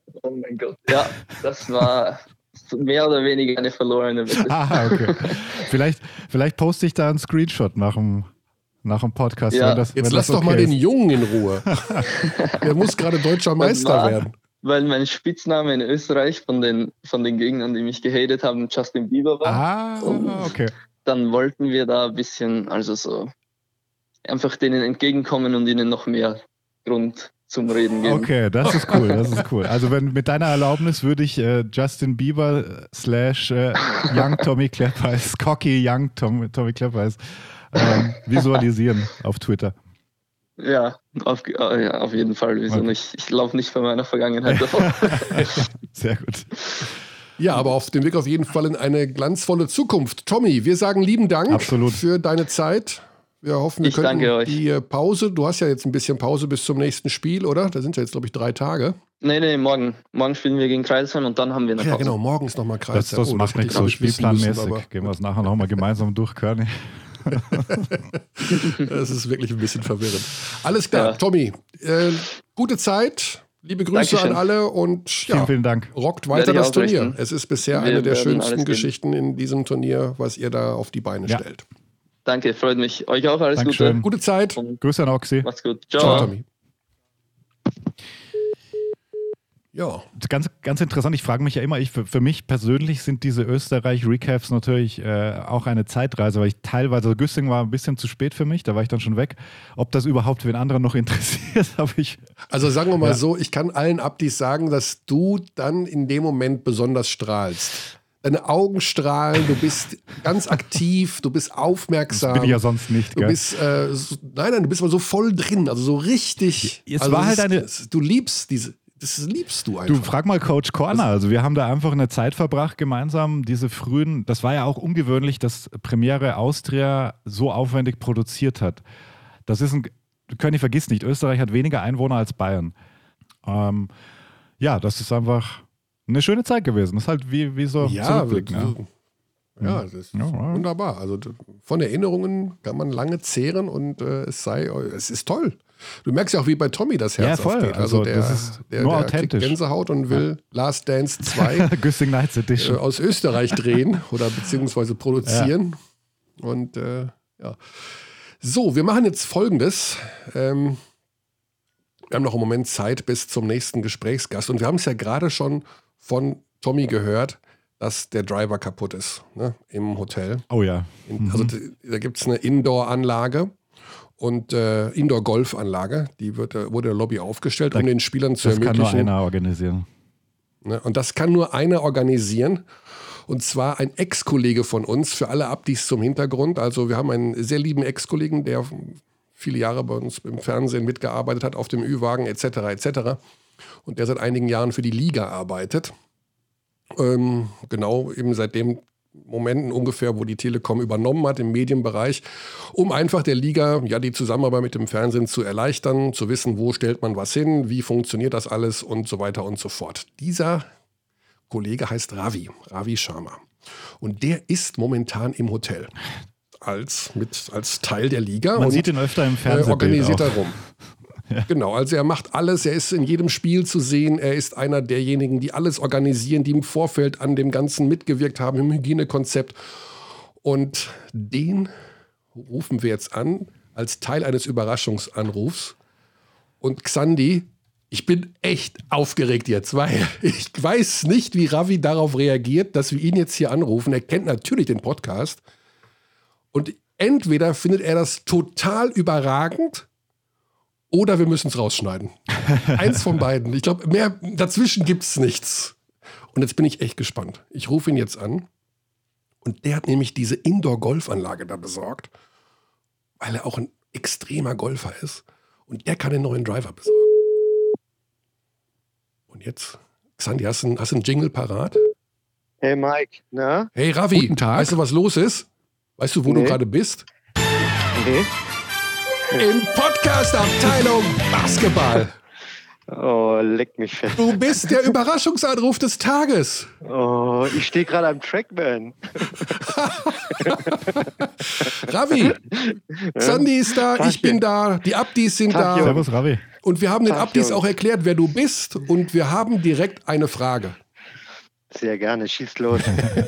Oh mein Gott. Ja, das war mehr oder weniger eine verlorene Wette. Ah, okay. vielleicht, vielleicht poste ich da einen Screenshot nach dem, nach dem Podcast. Ja. Wenn das, Jetzt wenn lass das doch okay mal ist. den Jungen in Ruhe. Der muss gerade deutscher Meister war, werden. Weil mein Spitzname in Österreich von den, von den Gegnern, die mich gehatet haben, Justin Bieber war. Ah, Und okay. dann wollten wir da ein bisschen, also so, einfach denen entgegenkommen und ihnen noch mehr Grund zum Reden geben. Okay, das ist cool, das ist cool. Also wenn mit deiner Erlaubnis würde ich äh, Justin Bieber slash äh, Young Tommy Kleppeis, Cocky Young Tom, Tommy Kleppeis ähm, visualisieren auf Twitter. Ja, auf, äh, ja, auf jeden Fall. Wieso Okay. nicht? Ich laufe nicht von meiner Vergangenheit davon. Sehr gut. Ja, aber auf dem Weg auf jeden Fall in eine glanzvolle Zukunft. Tommy, wir sagen lieben Dank Absolut. für deine Zeit. Wir hoffen, wir Ich können danke euch. die äh, Pause, du hast ja jetzt ein bisschen Pause bis zum nächsten Spiel, oder? Da sind ja jetzt, glaube ich, drei Tage. nee, nee, morgen. Morgen spielen wir gegen Kreisheim und dann haben wir eine Ach ja, Pause. genau, morgen ist nochmal Kreis. Das, das Oh, macht hätte nichts ich, so glaub ich, wissen müssen, spielplanmäßig. aber Gehen wir es nachher nochmal gemeinsam durch, Körny. das ist wirklich ein bisschen verwirrend. Alles klar, Ja. Tommy, äh, gute Zeit, liebe Grüße Dankeschön. an alle und ja, Vielen, vielen Dank. rockt Werde weiter ich das Turnier. ausrichten. Es ist bisher Wir eine der werden schönsten alles geben. Geschichten in diesem Turnier, was ihr da auf die Beine Ja. stellt. Danke, freut mich. Euch auch alles Dankeschön. Gute Zeit. Gute. Und Grüße an Oxy. macht's gut. Ciao, Ciao. Tommy. Ja, Ganz, ganz interessant, ich frage mich ja immer, ich, für, für mich persönlich sind diese Österreich-Recaps natürlich äh, auch eine Zeitreise, weil ich teilweise, also Güssing war ein bisschen zu spät für mich, da war ich dann schon weg. Ob das überhaupt wen anderen noch interessiert, habe ich. also sagen wir mal Ja. so, ich kann allen Abdis sagen, dass du dann in dem Moment besonders strahlst. Deine Augen strahlen, du bist ganz aktiv, du bist aufmerksam. Bin ich ja sonst nicht, Du gell? bist, äh, so, nein, nein, du bist mal so voll drin, also so richtig. Es also war das halt ist, eine- das, du liebst diese, das liebst du Du, einfach. frag mal Coach Corner. Also wir haben da einfach eine Zeit verbracht gemeinsam, diese frühen, das war ja auch ungewöhnlich, dass Premiere Austria so aufwendig produziert hat. Das ist ein, König, vergiss nicht, Österreich hat weniger Einwohner als Bayern. Ähm, ja, das ist einfach eine schöne Zeit gewesen. Das ist halt wie, wie so ja, Zurückblick, ne? so, ja, das ist Ja, ja. wunderbar. Also d- von Erinnerungen kann man lange zehren und äh, es sei, es ist toll. Du merkst ja auch, wie bei Tommy das Herz Ja, voll. aufgeht. Also, Also der, das ist der, nur der kriegt authentisch. Gänsehaut und will Last Dance zwei Güssing Nights äh, Edition. aus Österreich drehen oder beziehungsweise produzieren. Und äh, ja. So, wir machen jetzt Folgendes. Ähm, wir haben noch einen Moment Zeit bis zum nächsten Gesprächsgast. Und wir haben es ja gerade schon von Tommy gehört, dass der Driver kaputt ist, ne, im Hotel. Oh ja. In, also d- da gibt es eine Indoor-Anlage und äh, Indoor-Golf-Anlage. Die wird, äh, wurde in der Lobby aufgestellt, Da- um den Spielern zu Das kann nur ermöglichen. einer organisieren. Ne? Und das kann nur einer organisieren. Und zwar ein Ex-Kollege von uns, für alle Abdis zum Hintergrund. Also wir haben einen sehr lieben Ex-Kollegen, der viele Jahre bei uns im Fernsehen mitgearbeitet hat, auf dem Ü-Wagen et cetera et cetera. Und der seit einigen Jahren für die Liga arbeitet. Ähm, genau, eben seit dem Momenten ungefähr, wo die Telekom übernommen hat im Medienbereich, um einfach der Liga ja die Zusammenarbeit mit dem Fernsehen zu erleichtern, zu wissen, wo stellt man was hin, wie funktioniert das alles und so weiter und so fort. Dieser Kollege heißt Ravi, Ravi Sharma. Und der ist momentan im Hotel als, mit, als Teil der Liga. Man und, sieht ihn öfter im äh, Fernsehen. organisiert er rum. Genau, also er macht alles, er ist in jedem Spiel zu sehen, er ist einer derjenigen, die alles organisieren, die im Vorfeld an dem Ganzen mitgewirkt haben, im Hygienekonzept. Und den rufen wir jetzt an als Teil eines Überraschungsanrufs. Und Xandi, ich bin echt aufgeregt jetzt, weil ich weiß nicht, wie Ravi darauf reagiert, dass wir ihn jetzt hier anrufen. Er kennt natürlich den Podcast. Und entweder findet er das total überragend oder wir müssen es rausschneiden. Eins von beiden. Ich glaube, mehr dazwischen gibt es nichts. Und jetzt bin ich echt gespannt. Ich rufe ihn jetzt an. Und der hat nämlich diese Indoor-Golfanlage da besorgt, weil er auch ein extremer Golfer ist. Und der kann den neuen Driver besorgen. Und jetzt, Xandi, hast du einen, hast du einen Jingle parat? Hey Mike, na? Hey Ravi, Guten Tag. weißt du, was los ist? Weißt du, wo du Nee. gerade bist? Nee. Im Podcast-Abteilung Basketball. Oh, leck mich fest. Du bist der Überraschungsanruf des Tages. Oh, ich stehe gerade am Trackman. Ravi, Sandy ist da, ich bin da, die Abdis sind da. Servus, Ravi. Und wir haben den Tag, Abdis Jungs. auch erklärt, wer du bist. Und wir haben direkt eine Frage. Sehr gerne, schieß los.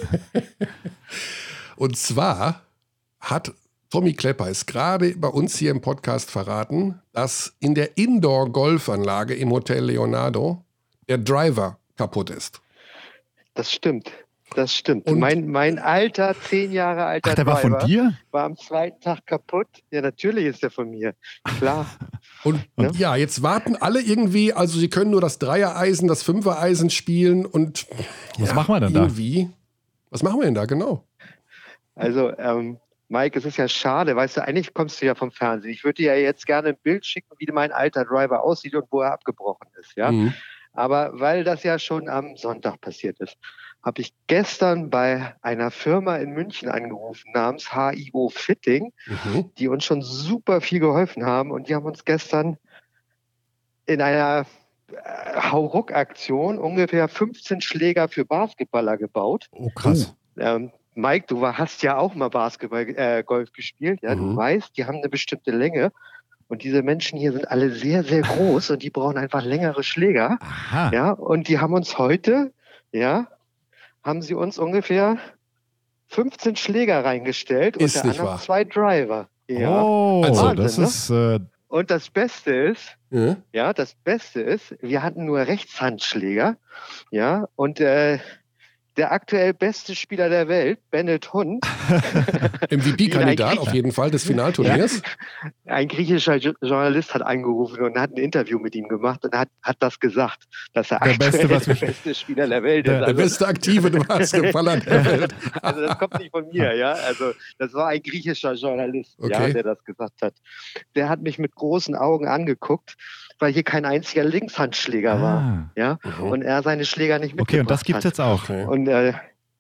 Und zwar hat Tommy Klepper es gerade bei uns hier im Podcast verraten, dass in der Indoor-Golfanlage im Hotel Leonardo der Driver kaputt ist. Das stimmt. Das stimmt. Und- mein, mein alter, zehn Jahre alter Ach, der war von Driver dir? war am zweiten Tag kaputt. Ja, natürlich ist der von mir. Klar. Und Ja. ja, jetzt warten alle irgendwie, also sie können nur das Dreiereisen, das Fünfereisen spielen und Was ja, machen wir denn da? irgendwie, was machen wir denn da genau? Also, ähm, Mike, es ist ja schade, weißt du, eigentlich kommst du ja vom Fernsehen. Ich würde dir ja jetzt gerne ein Bild schicken, wie mein alter Driver aussieht und wo er abgebrochen ist, ja. Mhm. Aber weil das ja schon am Sonntag passiert ist, habe ich gestern bei einer Firma in München angerufen namens H I O Fitting, Mhm. die uns schon super viel geholfen haben. Und die haben uns gestern in einer äh, Hauruck-Aktion ungefähr fünfzehn Schläger für Basketballer gebaut. Oh, krass. Ähm, Mike, du war, hast ja auch mal Basketball, äh, Golf gespielt. Ja, Mhm. du weißt, die haben eine bestimmte Länge. Und diese Menschen hier sind alle sehr, sehr groß und die brauchen einfach längere Schläger. Aha. Ja, und die haben uns heute, ja, haben sie uns ungefähr fünfzehn Schläger reingestellt Ist unter nicht anderem wahr. zwei Driver. Ja. Oh, Also- das Wahnsinn, ist. Äh, Und das Beste ist, Ja. ja, das Beste ist, wir hatten nur Rechtshandschläger, ja, und äh, der aktuell beste Spieler der Welt, Bennett Hund, M V P-Kandidat Eigentlich- auf jeden Fall des Finalturniers. ein griechischer Jo- Journalist hat angerufen und hat ein Interview mit ihm gemacht und hat, hat das gesagt, dass er Der aktuell Beste, was der wir- beste Spieler der Welt Der- ist. Der Also, beste aktive Basketballer der Welt. also das kommt nicht von mir, ja. Also das war ein griechischer Journalist, ja, Okay. der das gesagt hat. Der hat mich mit großen Augen angeguckt, weil hier kein einziger Linkshandschläger war, ah. ja. Und er seine Schläger nicht mitgebracht Okay, und das gibt's hat. jetzt auch. Okay. Und äh,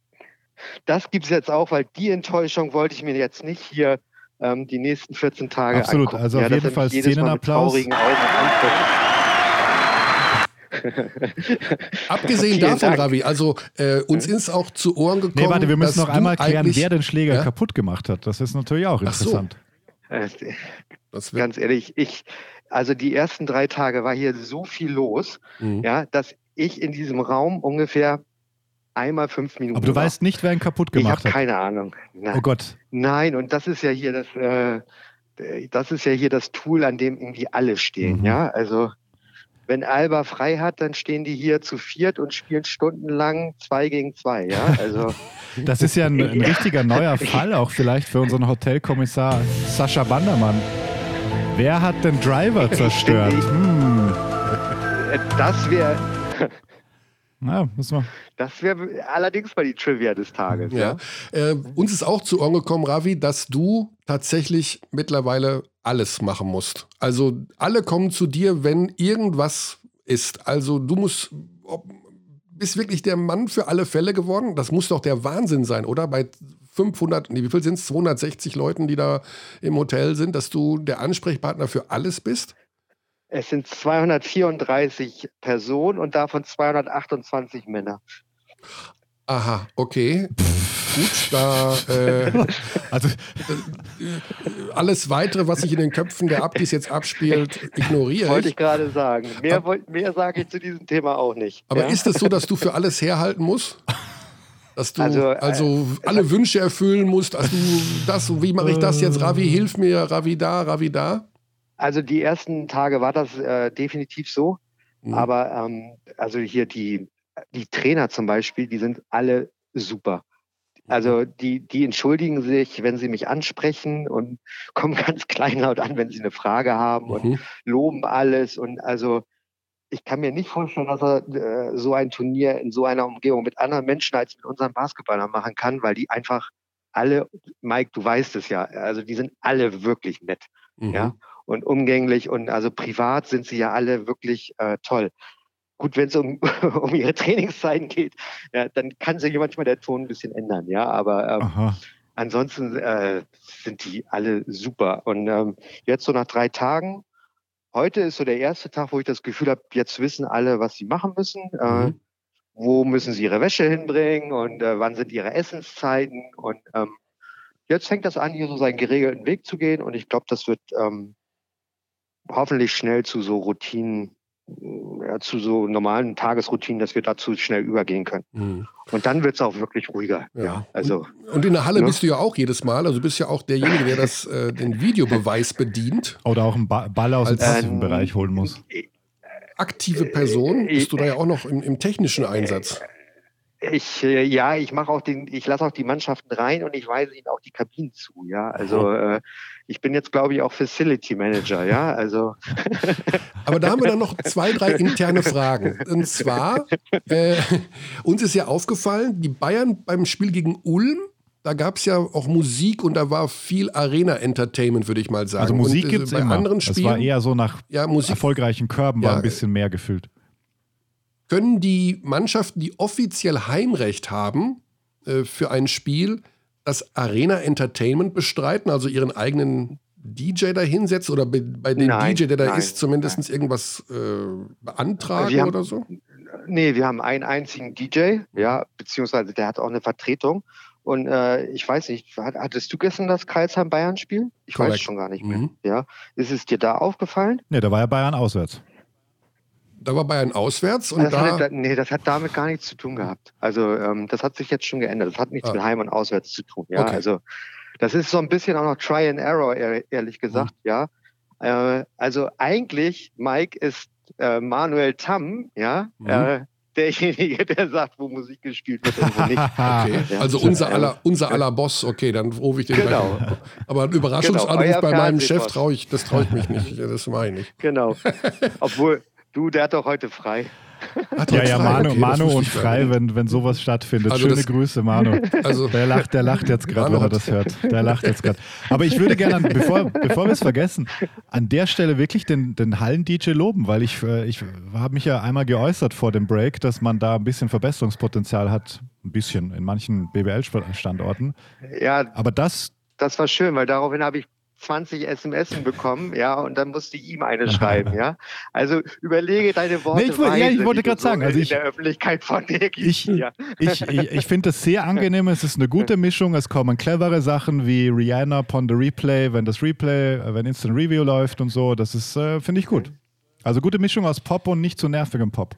das gibt es jetzt auch, weil die Enttäuschung wollte ich mir jetzt nicht hier ähm, die nächsten vierzehn Tage Absolut, angucken. also auf dass jeden er mich Fall jedes Mal mit Szenenapplaus. traurigen Augen anguckt. Abgesehen Vielen davon, Dank. Ravi, also äh, uns ist auch zu Ohren gekommen, Nee, warte, wir müssen dass noch einmal du klären, eigentlich- wer den Schläger Ja? kaputt gemacht hat. Das ist natürlich auch Ach so. interessant. Äh, Das wird, Ganz ehrlich, ich, also die ersten drei Tage war hier so viel los, Mhm. ja, dass ich in diesem Raum ungefähr einmal fünf Minuten Aber du war. weißt nicht, wer ihn kaputt Ich gemacht habe hat. keine Ahnung. Nein. Oh Gott. Nein, und das ist ja hier das, äh, das ist ja hier das Tool, an dem irgendwie alle stehen. Mhm. Ja, also wenn Alba frei hat, dann stehen die hier zu viert und spielen stundenlang zwei gegen zwei. Ja, also Das ist ja ein, ein richtiger neuer Fall, auch vielleicht für unseren Hotelkommissar Sascha Bandermann. Wer hat den Driver zerstört? Hm. äh, das wäre, Na, müssen wir. das wäre allerdings mal die Trivia des Tages. ja. Ja. Äh, uns ist auch zu Ohren gekommen, Ravi, dass du tatsächlich mittlerweile alles machen musst. Also alle kommen zu dir, wenn irgendwas ist. Also du musst, ob, bist wirklich der Mann für alle Fälle geworden. Das muss doch der Wahnsinn sein, oder? Bei fünfhundert, nee, wie viel sind es? zweihundertsechzig Leuten, die da im Hotel sind, dass du der Ansprechpartner für alles bist? Es sind zweihundertvierunddreißig Personen und davon zweihundertachtundzwanzig Männer. Aha, okay. Gut, da äh, Also, alles Weitere, was sich in den Köpfen der Abdis jetzt abspielt, ignoriere Wollte ich. ich gerade sagen. Mehr, wollt- mehr sage ich zu diesem Thema auch nicht. Aber ja? ist es so, dass du für alles herhalten musst? Dass du also, Also, äh, alle Wünsche erfüllen musst, dass du das, wie mache ich das jetzt, Ravi, hilf mir, Ravi da, Ravi da? Also die ersten Tage war das äh, definitiv so. Mhm. Aber ähm, also hier die, die Trainer zum Beispiel, die sind alle super. Also die, die entschuldigen sich, wenn sie mich ansprechen und kommen ganz kleinlaut an, wenn sie eine Frage haben und Mhm. loben alles. Und also ich kann mir nicht vorstellen, dass er äh, so ein Turnier in so einer Umgebung mit anderen Menschen als mit unseren Basketballern machen kann, weil die einfach alle, Mike, du weißt es ja, also die sind alle wirklich nett. Mhm. Ja, und umgänglich und also privat sind sie ja alle wirklich äh, toll. Gut, wenn es um, um ihre Trainingszeiten geht, ja, dann kann sich manchmal der Ton ein bisschen ändern, ja, aber ähm, aha. ansonsten äh, sind die alle super. Und ähm, jetzt so nach drei Tagen heute ist so der erste Tag, wo ich das Gefühl habe, jetzt wissen alle, was sie machen müssen. Mhm. Äh, wo müssen sie ihre Wäsche hinbringen und äh, wann sind ihre Essenszeiten. Und ähm, jetzt fängt das an, hier so seinen geregelten Weg zu gehen. Und ich glaube, das wird ähm, hoffentlich schnell zu so Routinen, ja, zu so normalen Tagesroutinen, dass wir dazu schnell übergehen können. Mhm. Und dann wird es auch wirklich ruhiger. Ja. Ja, also, und, und in der Halle ne? bist du ja auch jedes Mal. Also du bist ja auch derjenige, der das, äh, den Videobeweis bedient. Oder auch einen ba- Ball aus dem Als- passiven Ähm, Bereich holen muss. Aktive Person bist du da ja auch noch im, im technischen Einsatz. Ich, äh, ja, ich mache auch den, ich lasse auch die Mannschaften rein und ich weise ihnen auch die Kabinen zu, ja. Also äh, ich bin jetzt, glaube ich, auch Facility Manager, ja. Also Aber da haben wir dann noch zwei, drei interne Fragen. Und zwar, äh, uns ist ja aufgefallen, die Bayern beim Spiel gegen Ulm, da gab es ja auch Musik und da war viel Arena-Entertainment, würde ich mal sagen. Also Musik und, äh, gibt es bei immer. anderen Es Spielen, war eher so nach ja, Musik. erfolgreichen Körben Ja, war ein bisschen mehr gefüllt. Können die Mannschaften, die offiziell Heimrecht haben äh, für ein Spiel, das Arena-Entertainment bestreiten, also ihren eigenen D J da hinsetzen oder bei, bei dem Nein, D J, der da nein, ist, zumindest irgendwas äh, beantragen Wir haben- oder so? nee, wir haben einen einzigen D J, ja, beziehungsweise der hat auch eine Vertretung. Und äh, ich weiß nicht, hat, hattest du gestern das Karlsheim-Bayern-Spiel? Ich Korrekt. weiß schon gar nicht mehr. Mhm. Ja, ist es dir da aufgefallen? Ne, da war ja Bayern auswärts. Da war Bayern auswärts und Das da. hatte, nee, das hat damit gar nichts zu tun gehabt. Also ähm, das hat sich jetzt schon geändert. Das hat nichts Ah. mit Heim- und Auswärts zu tun. Ja, Okay. also das ist so ein bisschen auch noch Try and Error, ehr- ehrlich gesagt. Mhm. Ja, äh, also eigentlich, Mike, ist äh, Manuel Tamm, ja, Mhm. äh, derjenige, der sagt, wo Musik gespielt wird und wo nicht. Okay, Ja. also unser aller, unser aller Boss, okay, dann rufe ich den Genau. gleich an. Aber ein Überraschungsanruf Genau, euer bei meinem Chef Fernsehboss. traue ich, das traue ich mich nicht. Das mache ich nicht. Genau. Obwohl, du, der hat doch heute frei. Hat Ja, heute ja, frei, Manu, okay, das Manu wusste und ich gar frei, nicht. wenn, wenn sowas stattfindet. Also Schöne das- Grüße, Manu. Also, Der lacht, der lacht jetzt gerade, Manu wenn er hat- das hört. Der lacht jetzt gerade. Aber ich würde gerne, an- bevor, bevor wir es vergessen, an der Stelle wirklich den, den Hallen-D J loben, weil ich, äh, ich habe mich ja einmal geäußert vor dem Break, dass man da ein bisschen Verbesserungspotenzial hat. Ein bisschen in manchen B W L-Standorten. Ja, Aber das, das war schön, weil daraufhin habe ich zwanzig S M S bekommen, ja, und dann musste ich ihm eine schreiben, ja. Also überlege deine Worte. Nee, ich wollte- ja, ich weise, wollte die du gerade sagen, also in ich- der Öffentlichkeit von dir gibst, Ich, ja. ich, ich, ich finde das sehr angenehm. Es ist eine gute Mischung. Es kommen clevere Sachen wie Rihanna upon the Replay, wenn das Replay, äh, wenn Instant Review läuft und so. Das ist, äh, finde ich gut. Also gute Mischung aus Pop und nicht zu nervigem Pop.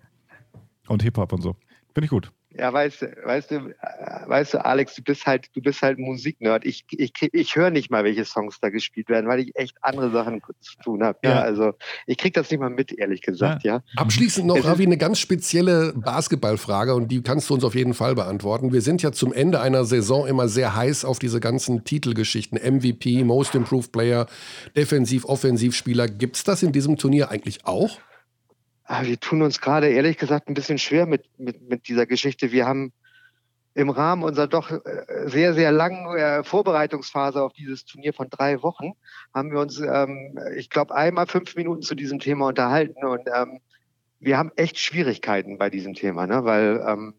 Und Hip-Hop und so. Finde ich gut. Ja, weißt du, weißt du, äh, weißt du, Alex, du bist halt, du bist halt ein Musiknerd. Ich, ich, ich höre nicht mal, welche Songs da gespielt werden, weil ich echt andere Sachen zu tun habe. Ja. Ja. Also ich krieg das nicht mal mit, ehrlich gesagt, ja. Abschließend noch, Es ist- Ravi, eine ganz spezielle Basketballfrage und die kannst du uns auf jeden Fall beantworten. Wir sind ja zum Ende einer Saison immer sehr heiß auf diese ganzen Titelgeschichten. M V P, Most Improved Player, Defensiv-Offensivspieler. Gibt es das in diesem Turnier eigentlich auch? Ah, wir tun uns gerade ehrlich gesagt ein bisschen schwer mit, mit, mit dieser Geschichte. Wir haben im Rahmen unserer doch äh, sehr, sehr langen äh, Vorbereitungsphase auf dieses Turnier von drei Wochen, haben wir uns, ähm, ich glaube, einmal fünf Minuten zu diesem Thema unterhalten. Und ähm, wir haben echt Schwierigkeiten bei diesem Thema, ne? Weil ähm,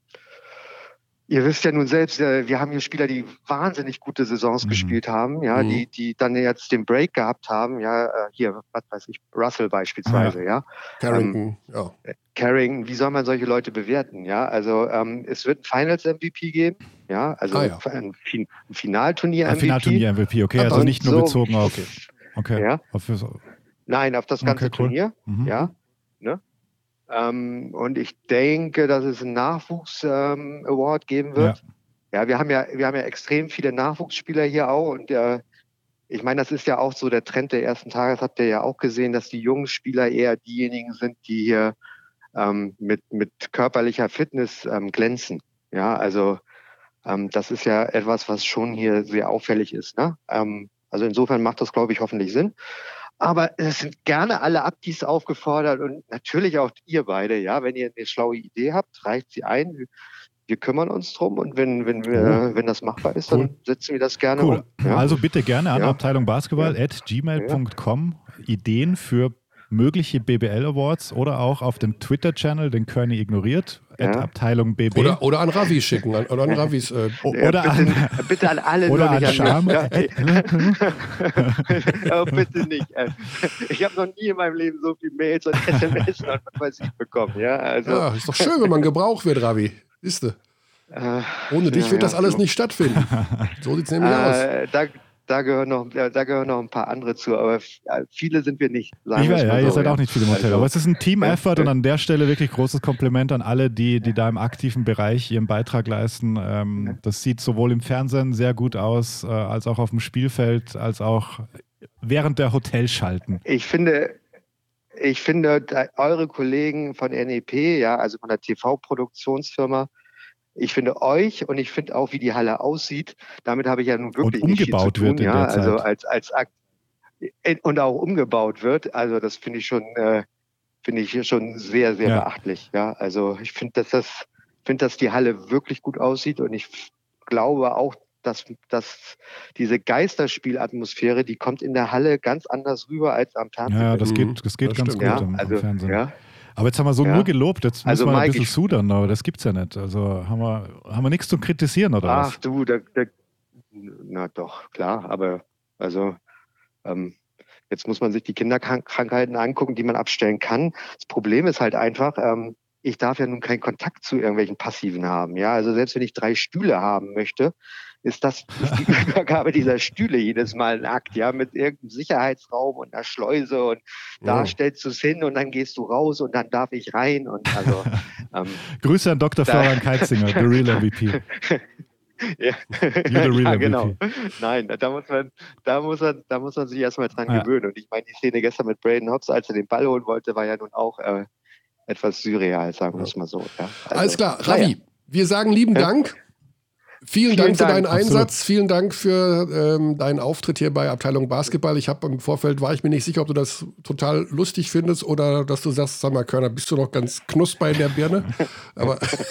ihr wisst ja nun selbst, äh, wir haben hier Spieler, die wahnsinnig gute Saisons Mhm. gespielt haben, ja, Mhm. die, die dann jetzt den Break gehabt haben, ja, äh, hier, was weiß ich, Russell beispielsweise, ja. Carrington, ja. Carrington, wie soll man solche Leute bewerten? Ja, also ähm, es wird ein Finals-M V P geben, ja, also Ah, ja. ein, fin ein Finalturnier-M V P. Finalturnier-M V P, okay. Also Und nicht nur so- bezogen auf. Okay. Ja. Auf, Nein, auf das ganze Okay, cool. Turnier, mhm. ja. Ne? Ähm, und ich denke, dass es einen Nachwuchs-Award geben wird. Ja. wir haben ja, wir haben ja extrem viele Nachwuchsspieler hier auch und äh, ich meine, das ist ja auch so der Trend der ersten Tage, das habt ihr ja auch gesehen, dass die jungen Spieler eher diejenigen sind, die hier ähm, mit, mit körperlicher Fitness ähm, glänzen. Ja, also ähm, das ist ja etwas, was schon hier sehr auffällig ist. Ne? Ähm, also insofern macht das, glaube ich, hoffentlich Sinn. Aber es sind gerne alle Abdis aufgefordert und natürlich auch ihr beide, ja, wenn ihr eine schlaue Idee habt, reicht sie ein. Wir, wir kümmern uns drum und wenn, wenn, wir, wenn das machbar ist, Cool. dann setzen wir das gerne Cool. um. Ja? Also bitte gerne an Ja. Abteilung Basketball at gmail punkt com Ideen für mögliche B B L Awards oder auch auf dem Twitter-Channel, den Körny ignoriert, Ja. Abteilung B B. Oder, oder an Ravi schicken, an, oder an Ravis. Äh, O- Ja, oder, bitte, an, bitte an alle, oder nur an nicht Charme. mich. Ja, bitte nicht. äh. Ich habe noch nie in meinem Leben so viele Mails und S M S und was weiß ich bekommen. Ja, also, ja, ist doch schön, wenn man gebraucht wird, Ravi. Siehst du? äh, Ohne dich ja, wird ja, das alles so. nicht stattfinden. So sieht es nämlich aus. Äh, da, da, gehören noch, äh, da gehören noch ein paar andere zu, aber f- äh, viele sind wir nicht. Sagen Ich wir weiß, es ja, mal ihr so, seid ja. auch nicht viele im Hotel, Also, aber es ist ein Team-Effort ja. und an der Stelle wirklich großes Kompliment an alle, die, die da im aktiven Bereich ihren Beitrag leisten. Ähm, das sieht sowohl im Fernsehen sehr gut aus, äh, als auch auf dem Spielfeld, als auch während der Hotelschalten. Ich finde, ich finde, da, eure Kollegen von N E P, ja, also von der T V-Produktionsfirma, ich finde euch und ich finde auch, wie die Halle aussieht, damit habe ich ja nun wirklich Und nicht viel umgebaut zu tun, wird in ja, der also Zeit. als als Akt und auch umgebaut wird, also das finde ich schon, äh, finde ich schon sehr sehr Ja. beachtlich, ja, also ich finde, dass das, finde, dass die Halle wirklich gut aussieht und ich f- glaube auch, dass dass diese Geisterspielatmosphäre, die kommt in der Halle ganz anders rüber als am Fernsehen. Ja, das Mhm, geht, das geht das ganz stimmt. gut ja, am, am also Fernsehen. ja. Aber jetzt haben wir so Ja. nur gelobt, jetzt müssen Also, wir ein Mike, bisschen ich- sudern, aber das gibt's ja nicht. Also haben wir, haben wir nichts zum Kritisieren oder Ach was? du, da, da, na doch, klar, aber also ähm, jetzt muss man sich die Kinderkrankheiten angucken, die man abstellen kann. Das Problem ist halt einfach, ähm, ich darf ja nun keinen Kontakt zu irgendwelchen Passiven haben. Ja, also selbst wenn ich drei Stühle haben möchte, ist das ist die Übergabe dieser Stühle jedes Mal ein Akt, ja, mit irgendeinem Sicherheitsraum und einer Schleuse und da Ja. stellst du es hin und dann gehst du raus und dann darf ich rein und also ähm, Grüße an Doktor Da- Florian Keitzinger, the real M V P. ja, the real ja M V P. genau. Nein, da muss man, da muss man, da muss man sich erstmal dran Ja. gewöhnen. Und ich meine, die Szene gestern mit Braden Hobbs, als er den Ball holen wollte, war ja nun auch äh, etwas surreal, sagen wir es mal so. Ja. Also, Alles klar, naja. Ravi, wir sagen lieben Ja. Dank. Vielen, Vielen Dank für Dank. deinen Absolut. Einsatz, vielen Dank für ähm, deinen Auftritt hier bei Abteilung Basketball. Ich habe im Vorfeld, war ich mir nicht sicher, ob du das total lustig findest oder dass du sagst, sag mal, Körner, bist du noch ganz knusper in der Birne? Aber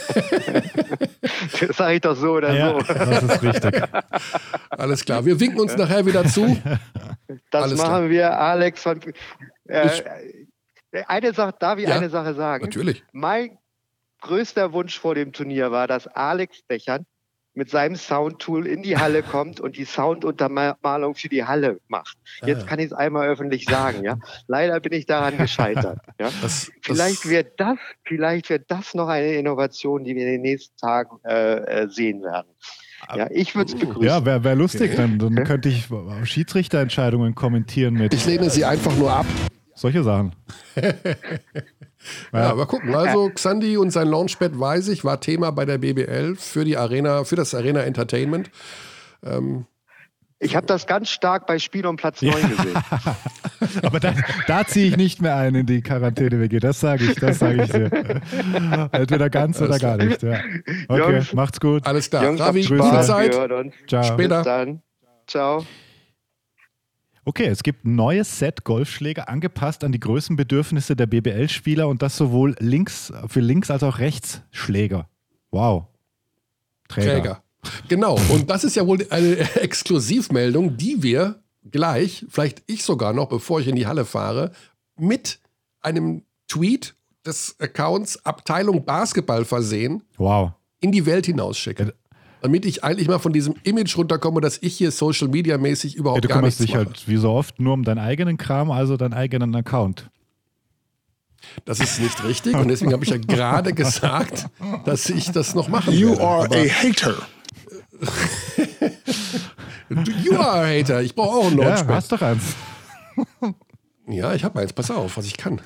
Das sage ich doch so oder Ja, so. das ist richtig. alles klar, wir winken uns nachher wieder zu. Das alles machen klar. wir, Alex. Von, äh, Ich- eine Sache, darf ich Ja, eine Sache sagen? Natürlich. Mein größter Wunsch vor dem Turnier war, dass Alex Dechern mit seinem Soundtool in die Halle kommt und die Sounduntermalung für die Halle macht. Jetzt Ah. kann ich es einmal öffentlich sagen, ja. Leider bin ich daran gescheitert. Ja. Das, Vielleicht das, wird das, vielleicht wird das noch eine Innovation, die wir in den nächsten Tagen äh, äh, sehen werden. Ja, ich würde es begrüßen. Ja, wäre wär lustig, Okay. dann, dann könnte ich Schiedsrichterentscheidungen kommentieren mit ich lehne sie einfach nur ab. solche Sachen. Ja, aber gucken. Also Xandi und sein Launchpad, weiß ich, war Thema bei der B B L für die Arena, für das Arena Entertainment. Ähm, Ich habe das ganz stark bei Spiel um Platz neun gesehen. Aber da, da ziehe ich nicht mehr ein in die Quarantäne-W G. Das sage ich, das sage ich dir. Entweder ganz oder gar nicht. Ja. Okay, Jungs. macht's gut. alles klar. Jungs, habt Ravi, Grüße. gute Spaß, Zeit. wir hören uns. Ciao. Später. Bis dann. Ciao. Okay, es gibt ein neues Set Golfschläger angepasst an die Größenbedürfnisse der B B L-Spieler und das sowohl links für Links- als auch Rechtsschläger. Wow. Träger. Träger. Genau. Und das ist ja wohl eine Exklusivmeldung, die wir gleich, vielleicht ich sogar noch, bevor ich in die Halle fahre, mit einem Tweet des Accounts Abteilung Basketball versehen, Wow. in die Welt hinausschicke. Damit ich eigentlich mal von diesem Image runterkomme, dass ich hier Social Media mäßig überhaupt Ja, du gar kümmerst nichts dich mache. halt wie so oft nur um deinen eigenen Kram, also deinen eigenen Account. Das ist nicht richtig und deswegen habe ich ja gerade gesagt, dass ich das noch machen You werde. are Aber a hater. you are a hater. Ich brauche auch ein Ja, Launchpad. hast doch eins. Ja, ich habe eins. Pass auf, was ich kann.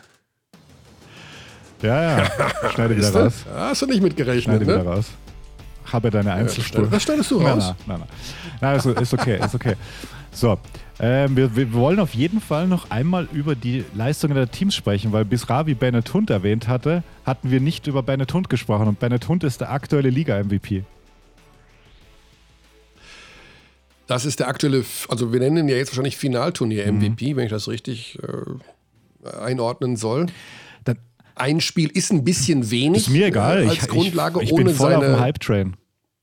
Ja, ja. Schneide wieder Siehst du? raus. Hast du nicht mitgerechnet, Schneide wieder ne? raus. Habe deine Einzelspur. Das schneidest du Nein, raus. nein, nein, nein. Nein, ist, ist okay, ist okay. So, ähm, wir, wir wollen auf jeden Fall noch einmal über die Leistungen der Teams sprechen, weil bis Ravi Bennett Hund erwähnt hatte, hatten wir nicht über Bennett Hund gesprochen und Bennett Hund ist der aktuelle Liga-M V P. Das ist der aktuelle, also wir nennen ihn ja jetzt wahrscheinlich Finalturnier-M V Mhm. P, wenn ich das richtig äh, einordnen soll. Dann Ein Spiel ist ein bisschen wenig. ist mir egal. äh, Als ich, Grundlage ich, ich ohne bin voll auf dem seine. Hype-Train.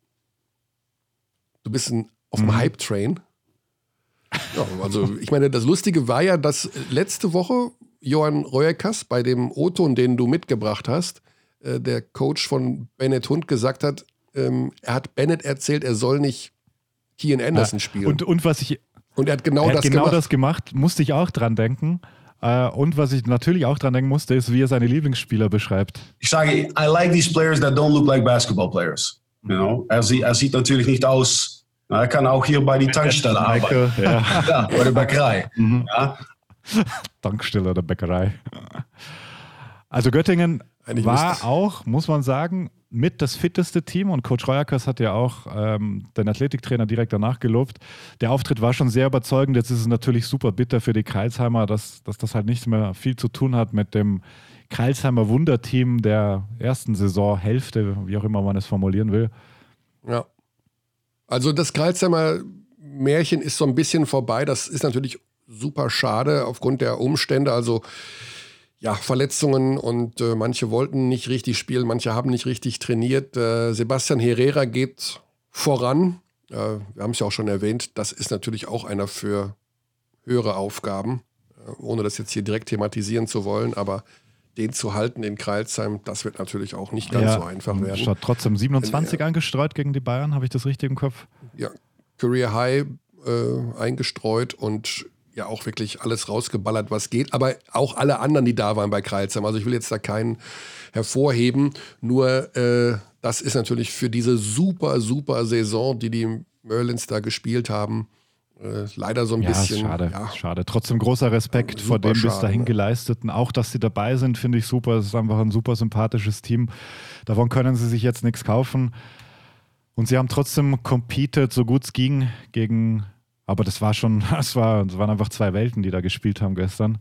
Du bist ein, auf dem Mhm. Hype-Train. Ja, also ich meine, das Lustige war ja, dass letzte Woche Johan Röekers bei dem O-Ton, den du mitgebracht hast, äh, der Coach von Bennett Hund gesagt hat, ähm, er hat Bennett erzählt, er soll nicht Kian Anderson ja, spielen. Und, und was ich... Und er hat genau, er hat das, genau gemacht. das gemacht, musste ich auch dran denken. Uh, und was ich natürlich auch dran denken musste, ist, wie er seine Lieblingsspieler beschreibt. Ich sage, I like these players that don't look like basketball players. You know? er, sieht, er sieht natürlich nicht aus, na, er kann auch hier bei die Tankstelle arbeiten. Ja. Ja, bei der Bäckerei. Mhm. Ja. Tankstelle oder Bäckerei. Also Göttingen Eigentlich war auch, muss man sagen, mit das fitteste Team und Coach Röekers hat ja auch ähm, den Athletiktrainer direkt danach gelobt. Der Auftritt war schon sehr überzeugend. Jetzt ist es natürlich super bitter für die Kreilsheimer, dass, dass das halt nicht mehr viel zu tun hat mit dem Kreilsheimer Wunderteam der ersten Saisonhälfte, wie auch immer man es formulieren will. Ja. Also das Kreilsheimer Märchen ist so ein bisschen vorbei. Das ist natürlich super schade aufgrund der Umstände. Also ja, Verletzungen und äh, manche wollten nicht richtig spielen, manche haben nicht richtig trainiert. Äh, Sebastian Herrera geht voran. Äh, wir haben es ja auch schon erwähnt, das ist natürlich auch einer für höhere Aufgaben, äh, ohne das jetzt hier direkt thematisieren zu wollen, aber den zu halten in Crailsheim, das wird natürlich auch nicht ganz ja, so einfach werden. Statt trotzdem siebenundzwanzig Wenn, angestreut gegen die Bayern, habe ich das richtig im Kopf? Ja, Career High äh, eingestreut und ja auch wirklich alles rausgeballert, was geht. Aber auch alle anderen, die da waren bei Crailsheim. Also ich will jetzt da keinen hervorheben. Nur äh, das ist natürlich für diese super, super Saison, die die Merlins da gespielt haben, äh, leider so ein ja, bisschen. Schade, ja, schade. Trotzdem großer Respekt vor dem bis dahin geleisteten. Auch, dass sie dabei sind, finde ich super. Es ist einfach ein super sympathisches Team. Davon können sie sich jetzt nichts kaufen. Und sie haben trotzdem competed, so gut es ging, gegen... Aber das war schon, das, war, das waren einfach zwei Welten, die da gespielt haben gestern.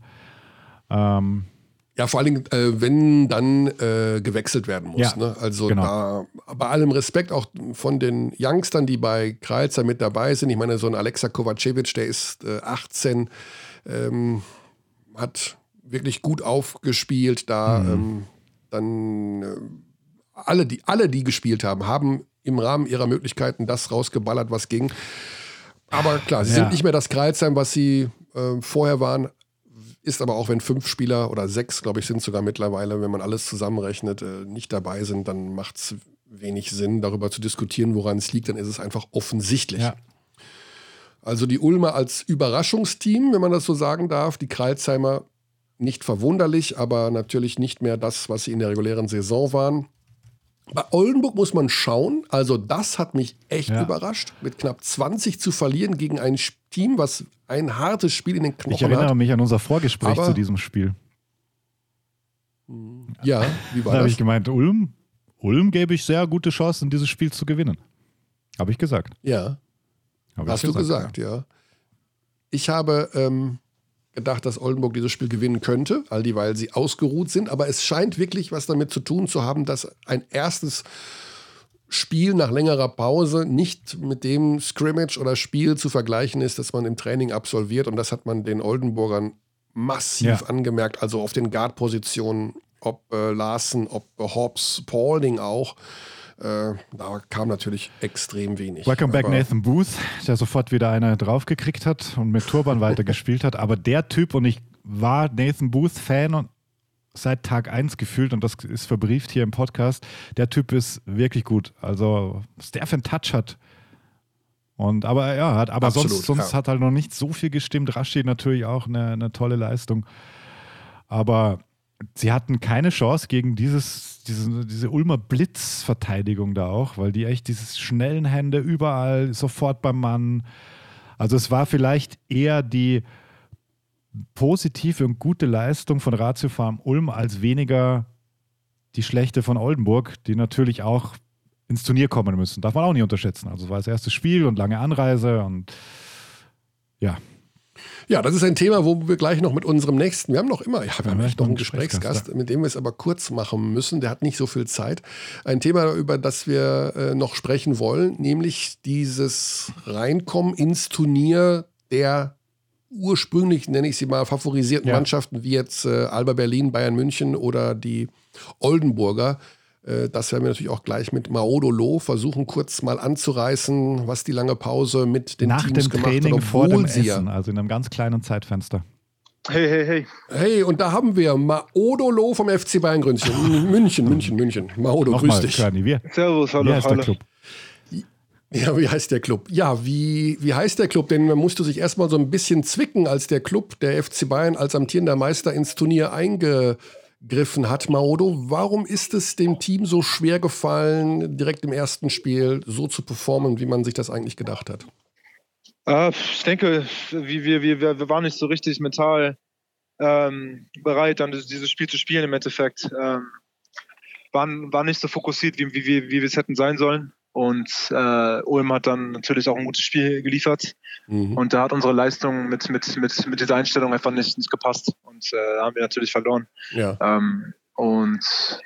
Ähm, ja, vor allen Dingen, äh, wenn dann äh, gewechselt werden muss. Ja, ne? Also genau. Da bei allem Respekt auch von den Youngstern, die bei Crailsheim mit dabei sind. Ich meine, so ein Alexa Kovacevic, der ist äh, achtzehn, ähm, hat wirklich gut aufgespielt. Da mhm. ähm, dann äh, alle, die, alle, die gespielt haben, haben im Rahmen ihrer Möglichkeiten das rausgeballert, was ging. Aber klar, sie ja. sind nicht mehr das Crailsheim, was sie äh, vorher waren. Ist aber auch, wenn fünf Spieler oder sechs, glaube ich, sind sogar mittlerweile, wenn man alles zusammenrechnet, äh, nicht dabei sind, dann macht es wenig Sinn, darüber zu diskutieren, woran es liegt. Dann ist es einfach offensichtlich. Ja. Also die Ulmer als Überraschungsteam, wenn man das so sagen darf. Die Crailsheimer nicht verwunderlich, aber natürlich nicht mehr das, was sie in der regulären Saison waren. Bei Oldenburg muss man schauen, also das hat mich echt ja. überrascht, mit knapp zwanzig zu verlieren gegen ein Team, was ein hartes Spiel in den Knochen hat. Ich erinnere hat. mich an unser Vorgespräch Aber, zu diesem Spiel. Ja, wie war da das? habe ich gemeint, Ulm, Ulm gäbe ich sehr gute Chancen, dieses Spiel zu gewinnen. Habe ich gesagt. Ja, hab hast du gesagt, gesagt ja. ja. Ich habe... Ähm, gedacht, dass Oldenburg dieses Spiel gewinnen könnte, all die, weil sie ausgeruht sind. Aber es scheint wirklich was damit zu tun zu haben, dass ein erstes Spiel nach längerer Pause nicht mit dem Scrimmage oder Spiel zu vergleichen ist, das man im Training absolviert. Und das hat man den Oldenburgern massiv ja. angemerkt. Also auf den Guard-Positionen, ob äh, Larsen, ob äh, Hobbs, Paulding auch. Äh, da kam natürlich extrem wenig. Welcome back aber Nathan Booth, der sofort wieder eine draufgekriegt hat und mit Turban weitergespielt hat. Aber der Typ, und ich war Nathan Booth-Fan und seit Tag eins gefühlt, und das ist verbrieft hier im Podcast, der Typ ist wirklich gut. Also, was der für einen Touch hat. Und, aber ja, hat, aber Absolut, sonst, sonst ja. hat halt noch nicht so viel gestimmt. Rashid natürlich auch eine, eine tolle Leistung. Aber sie hatten keine Chance gegen dieses, diese, diese Ulmer Blitzverteidigung da auch, weil die echt diese schnellen Hände überall sofort beim Mann. Also es war vielleicht eher die positive und gute Leistung von Ratio Farm Ulm als weniger die schlechte von Oldenburg, die natürlich auch ins Turnier kommen müssen. Darf man auch nicht unterschätzen. Also es war das erste Spiel und lange Anreise und ja. Ja, das ist ein Thema, wo wir gleich noch mit unserem nächsten, wir haben noch immer, ja, wir haben echt noch einen Gesprächsgast, mit dem wir es aber kurz machen müssen, der hat nicht so viel Zeit. Ein Thema, über das wir äh, noch sprechen wollen, nämlich dieses Reinkommen ins Turnier der ursprünglich, nenne ich sie mal, favorisierten ja. Mannschaften, wie jetzt äh, Alba Berlin, Bayern München oder die Oldenburger. Das werden wir natürlich auch gleich mit Maodolo versuchen, kurz mal anzureißen, was die lange Pause mit den Nach Teams dem gemacht Training hat, vor dem sie Essen, also in einem ganz kleinen Zeitfenster. Hey, hey, hey. Hey, und da haben wir Maodolo vom F C Bayern München. München, München, München. Maodo, grüß Nochmal, dich. Körny, wir. Servus, hallo, Wie heißt hallo. der Club? Ja, wie heißt der Club? Ja, wie, wie heißt der Club? Denn man musste sich erstmal so ein bisschen zwicken, als der Club, der F C Bayern, als amtierender Meister ins Turnier eingegriffen hat. Maodo, warum ist es dem Team so schwer gefallen, direkt im ersten Spiel so zu performen, wie man sich das eigentlich gedacht hat? Äh, ich denke, wir, wir, wir, wir waren nicht so richtig mental ähm, bereit, dann dieses Spiel zu spielen im Endeffekt. Ähm, waren, waren nicht so fokussiert, wie, wie, wie, wie wir es hätten sein sollen. Und äh, Ulm hat dann natürlich auch ein gutes Spiel geliefert. Mhm. Und da hat unsere Leistung mit, mit, mit, mit dieser Einstellung einfach nicht, nicht gepasst. Und äh, haben wir natürlich verloren. Ja. Ähm, und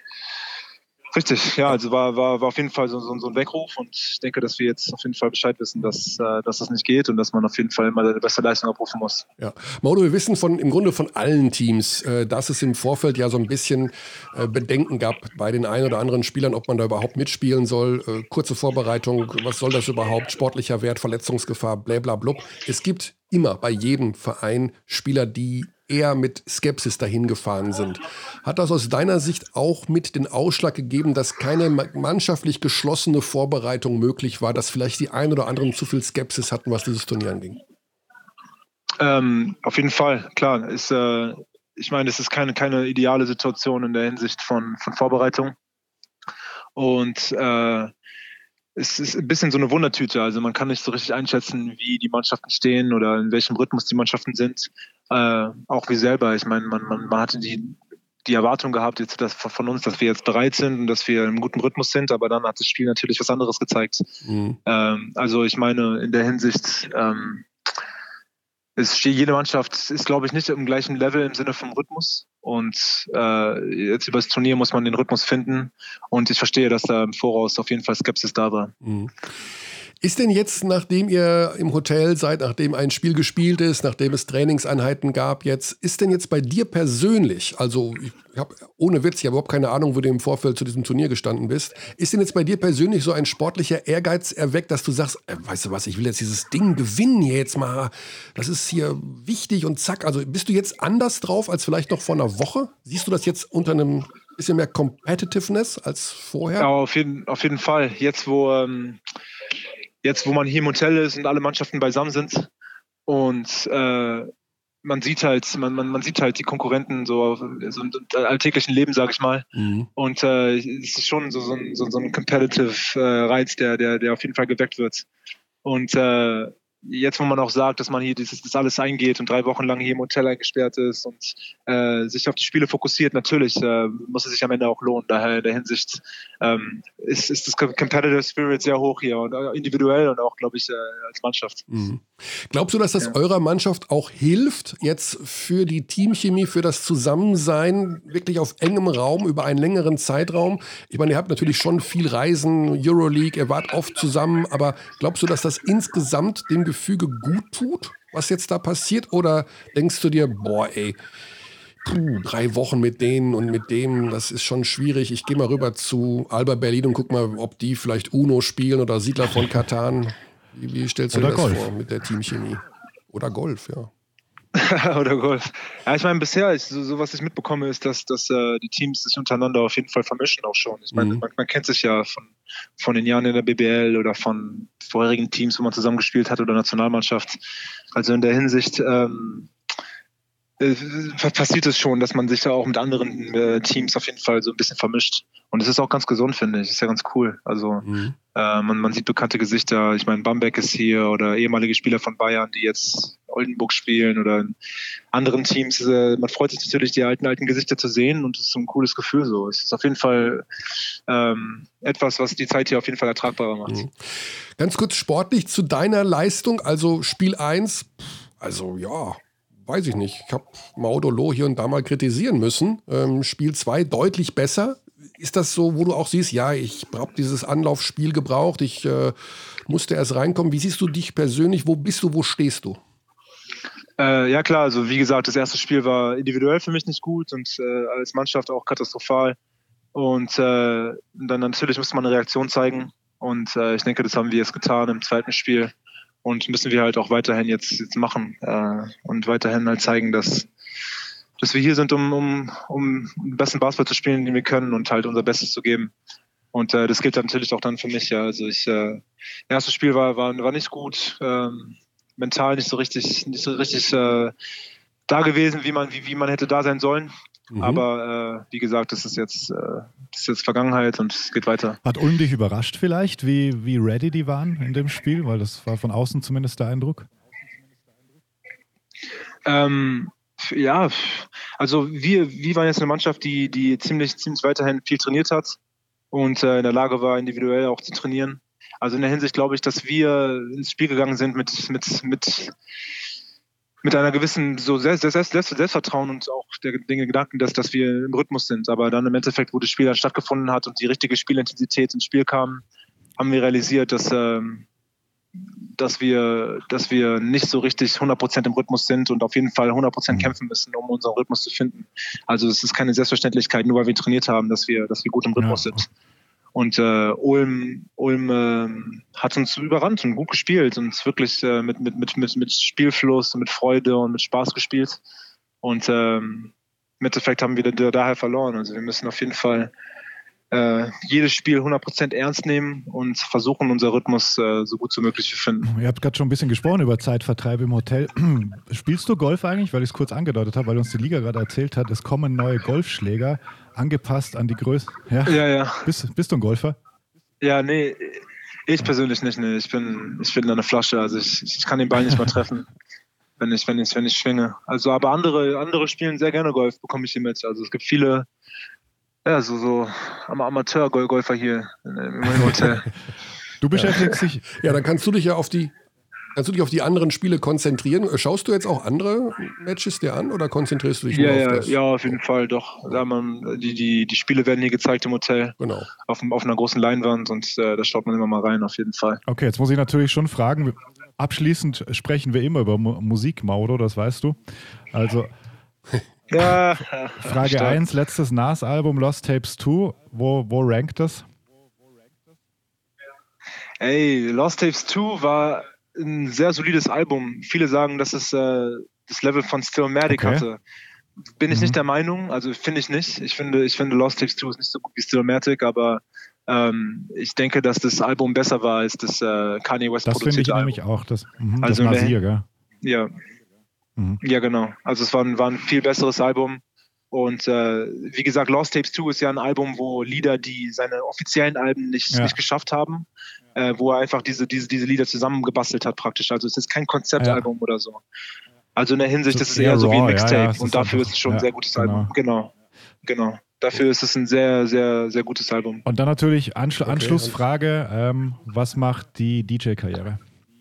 richtig, ja, also war, war, war auf jeden Fall so, so, so ein Weckruf. Und ich denke, dass wir jetzt auf jeden Fall Bescheid wissen, dass, äh, dass das nicht geht und dass man auf jeden Fall immer seine beste Leistung abrufen muss. Ja, Maodo, wir wissen von, im Grunde von allen Teams, äh, dass es im Vorfeld ja so ein bisschen äh, Bedenken gab bei den ein oder anderen Spielern, ob man da überhaupt mitspielen soll. Äh, kurze Vorbereitung, was soll das überhaupt? Sportlicher Wert, Verletzungsgefahr, blablabla. Es gibt immer bei jedem Verein Spieler, die eher mit Skepsis dahin gefahren sind. Hat das aus deiner Sicht auch mit den Ausschlag gegeben, dass keine mannschaftlich geschlossene Vorbereitung möglich war, dass vielleicht die ein oder anderen zu viel Skepsis hatten, was dieses Turnier anging? Ähm, auf jeden Fall, klar. Ist, äh, ich meine, es ist keine, keine ideale Situation in der Hinsicht von, von Vorbereitung. Und äh, es ist ein bisschen so eine Wundertüte. Also man kann nicht so richtig einschätzen, wie die Mannschaften stehen oder in welchem Rhythmus die Mannschaften sind. Äh, auch wie selber. Ich meine, man, man, man hatte die, die Erwartung gehabt jetzt dass, von uns, dass wir jetzt bereit sind und dass wir im guten Rhythmus sind, aber dann hat das Spiel natürlich was anderes gezeigt. Mhm. Ähm, also ich meine, in der Hinsicht ähm, ist jede Mannschaft ist, glaube ich, nicht im gleichen Level im Sinne vom Rhythmus. Und äh, jetzt über das Turnier muss man den Rhythmus finden. Und ich verstehe, dass da im Voraus auf jeden Fall Skepsis da war. Mhm. Ist denn jetzt, nachdem ihr im Hotel seid, nachdem ein Spiel gespielt ist, nachdem es Trainingseinheiten gab jetzt, ist denn jetzt bei dir persönlich, also ich habe ohne Witz, ich habe überhaupt keine Ahnung, wo du im Vorfeld zu diesem Turnier gestanden bist, ist denn jetzt bei dir persönlich so ein sportlicher Ehrgeiz erweckt, dass du sagst, äh, weißt du was, ich will jetzt dieses Ding gewinnen hier jetzt mal, das ist hier wichtig und zack, also bist du jetzt anders drauf als vielleicht noch vor einer Woche? Siehst du das jetzt unter einem bisschen mehr Competitiveness als vorher? Ja, auf jeden, auf jeden Fall. Jetzt, wo ähm Jetzt, wo man hier im Hotel ist und alle Mannschaften beisammen sind und äh, man sieht halt, man, man, man sieht halt die Konkurrenten so, so im alltäglichen Leben, sage ich mal. Mhm. Und äh, es ist schon so, so, so, so ein competitive äh, Reiz, der, der, der auf jeden Fall geweckt wird. Und äh, jetzt, wo man auch sagt, dass man hier dieses, das alles eingeht und drei Wochen lang hier im Hotel eingesperrt ist und äh, sich auf die Spiele fokussiert, natürlich äh, muss es sich am Ende auch lohnen. Daher in der Hinsicht ähm, ist, ist das Competitive Spirit sehr hoch hier und äh, individuell und auch, glaube ich, äh, als Mannschaft. Mhm. Glaubst du, dass das ja. eurer Mannschaft auch hilft, jetzt für die Teamchemie, für das Zusammensein, wirklich auf engem Raum, über einen längeren Zeitraum? Ich meine, ihr habt natürlich schon viel Reisen, Euroleague, ihr wart oft zusammen, aber glaubst du, dass das insgesamt dem Gefüge gut tut, was jetzt da passiert? Oder denkst du dir, boah, ey, puh, drei Wochen mit denen und mit dem, das ist schon schwierig. Ich gehe mal rüber zu Alba Berlin und guck mal, ob die vielleicht Uno spielen oder Siedler von Katan. Wie, wie stellst du dir das Golf. vor mit der Teamchemie? Oder Golf, ja. Oder Golf. Ja, ich meine, bisher, ist, so, so was ich mitbekomme, ist, dass, dass äh, die Teams sich untereinander auf jeden Fall vermischen auch schon. Ich meine, mhm. man, man kennt sich ja von, von den Jahren in der B B L oder von vorherigen Teams, wo man zusammengespielt hat oder Nationalmannschaft. Also in der Hinsicht ähm, äh, passiert es schon, dass man sich da auch mit anderen äh, Teams auf jeden Fall so ein bisschen vermischt. Und es ist auch ganz gesund, finde ich. Das ist ja ganz cool. Also mhm. äh, man, man sieht bekannte Gesichter. Ich meine, Bamberg ist hier oder ehemalige Spieler von Bayern, die jetzt Oldenburg spielen oder in anderen Teams. Äh, man freut sich natürlich, die alten, alten Gesichter zu sehen und es ist so ein cooles Gefühl so. Es ist auf jeden Fall ähm, etwas, was die Zeit hier auf jeden Fall ertragbarer macht. Mhm. Ganz kurz sportlich zu deiner Leistung, also Spiel eins, also ja, weiß ich nicht. Ich habe Maodolo hier und da mal kritisieren müssen. Ähm, Spiel zwei deutlich besser. Ist das so, wo du auch siehst, ja, ich habe dieses Anlaufspiel gebraucht, ich äh, musste erst reinkommen. Wie siehst du dich persönlich? Wo bist du, wo stehst du? Äh, ja klar, also wie gesagt, das erste Spiel war individuell für mich nicht gut und äh, als Mannschaft auch katastrophal. Und äh, dann natürlich musste man eine Reaktion zeigen. Und äh, ich denke, das haben wir jetzt getan im zweiten Spiel. Und müssen wir halt auch weiterhin jetzt, jetzt machen äh, und weiterhin halt zeigen, dass, dass wir hier sind, um, um, um den besten Basketball zu spielen, den wir können und halt unser Bestes zu geben. Und äh, das gilt dann natürlich auch dann für mich. Ja. Also ich, äh, erstes Spiel war, war, war nicht gut, ähm, mental nicht so richtig, nicht so richtig äh, da gewesen, wie man, wie, wie man hätte da sein sollen. Mhm. Aber äh, wie gesagt, das ist jetzt, äh, das ist jetzt Vergangenheit und es geht weiter. Hat Ulm dich überrascht vielleicht, wie, wie ready die waren in dem Spiel? Weil das war von außen zumindest der Eindruck. Ähm, ja, also wir, wir waren jetzt eine Mannschaft, die, die ziemlich, ziemlich weiterhin viel trainiert hat und äh, in der Lage war, individuell auch zu trainieren. Also in der Hinsicht glaube ich, dass wir ins Spiel gegangen sind mit, mit, mit, mit einer gewissen so Selbst, Selbst, Selbst, Selbstvertrauen und auch der, den Gedanken, dass, dass wir im Rhythmus sind. Aber dann im Endeffekt, wo das Spiel dann stattgefunden hat und die richtige Spielintensität ins Spiel kam, haben wir realisiert, dass, ähm, dass, wir, dass wir nicht so richtig hundert Prozent im Rhythmus sind und auf jeden Fall hundert Prozent kämpfen müssen, um unseren Rhythmus zu finden. Also es ist keine Selbstverständlichkeit, nur weil wir trainiert haben, dass wir, dass wir gut im Rhythmus ja. sind. Und äh, Ulm, Ulm äh, hat uns überrannt und gut gespielt und wirklich äh, mit, mit, mit, mit, mit Spielfluss und mit Freude und mit Spaß gespielt. Und ähm, im Endeffekt haben wir da, daher verloren. Also wir müssen auf jeden Fall äh, jedes Spiel hundert Prozent ernst nehmen und versuchen, unser Rhythmus äh, so gut wie möglich zu finden. Ihr habt gerade schon ein bisschen gesprochen über Zeitvertreib im Hotel. Spielst du Golf eigentlich? Weil ich es kurz angedeutet habe, weil uns die Liga gerade erzählt hat, es kommen neue Golfschläger, angepasst an die Größe. Ja, ja. ja. Bist, bist du ein Golfer? Ja, nee, ich persönlich nicht. Nee. Ich bin, ich bin eine Flasche. Also ich, ich kann den Ball nicht mal treffen, wenn ich, wenn ich, wenn ich schwinge. Also, aber andere, andere spielen sehr gerne Golf, bekomme ich hier mit. Also es gibt viele, ja, so, so Amateur-Golfer hier im Hotel. Du beschäftigst dich. Ja, dann kannst du dich ja auf die Kannst du dich auf die anderen Spiele konzentrieren? Schaust du jetzt auch andere Matches dir an oder konzentrierst du dich ja, nur ja, auf das? Ja, auf jeden Fall, doch. Ja, man, die, die, die Spiele werden hier gezeigt im Hotel. Genau. Auf, auf einer großen Leinwand und äh, da schaut man immer mal rein, auf jeden Fall. Okay, jetzt muss ich natürlich schon fragen, abschließend sprechen wir immer über Mu- Musik, Mauro, das weißt du. Also ja, Frage eins, letztes Nas-Album, Lost Tapes zwei, wo, wo rankt das? Ey, Lost Tapes zwei war ein sehr solides Album. Viele sagen, dass es äh, das Level von Stillmatic okay. hatte. Bin ich mhm. nicht der Meinung, also finde ich nicht. Ich finde, ich finde Lost Tapes zwei ist nicht so gut wie Stillmatic, aber ähm, ich denke, dass das Album besser war als das äh, Kanye West das produzierte Album. Das finde ich Album. nämlich auch, das, mh, also das Nasir, gell? Ja. Mhm. Ja, genau. Also es war ein, war ein viel besseres Album. Und äh, wie gesagt, Lost Tapes zwei ist ja ein Album, wo Lieder, die seine offiziellen Alben nicht, ja. nicht geschafft haben, äh, wo er einfach diese, diese, diese Lieder zusammengebastelt hat praktisch. Also es ist kein Konzeptalbum ja. oder so. Also in der Hinsicht, das ist eher so wie ein Mixtape ja, ja, und dafür einfach, ist es schon ja, ein sehr gutes genau. Album. Genau, genau. Dafür ist es ein sehr, sehr, sehr gutes Album. Und dann natürlich Anschl- okay. Anschlussfrage, ähm, was macht die D J-Karriere?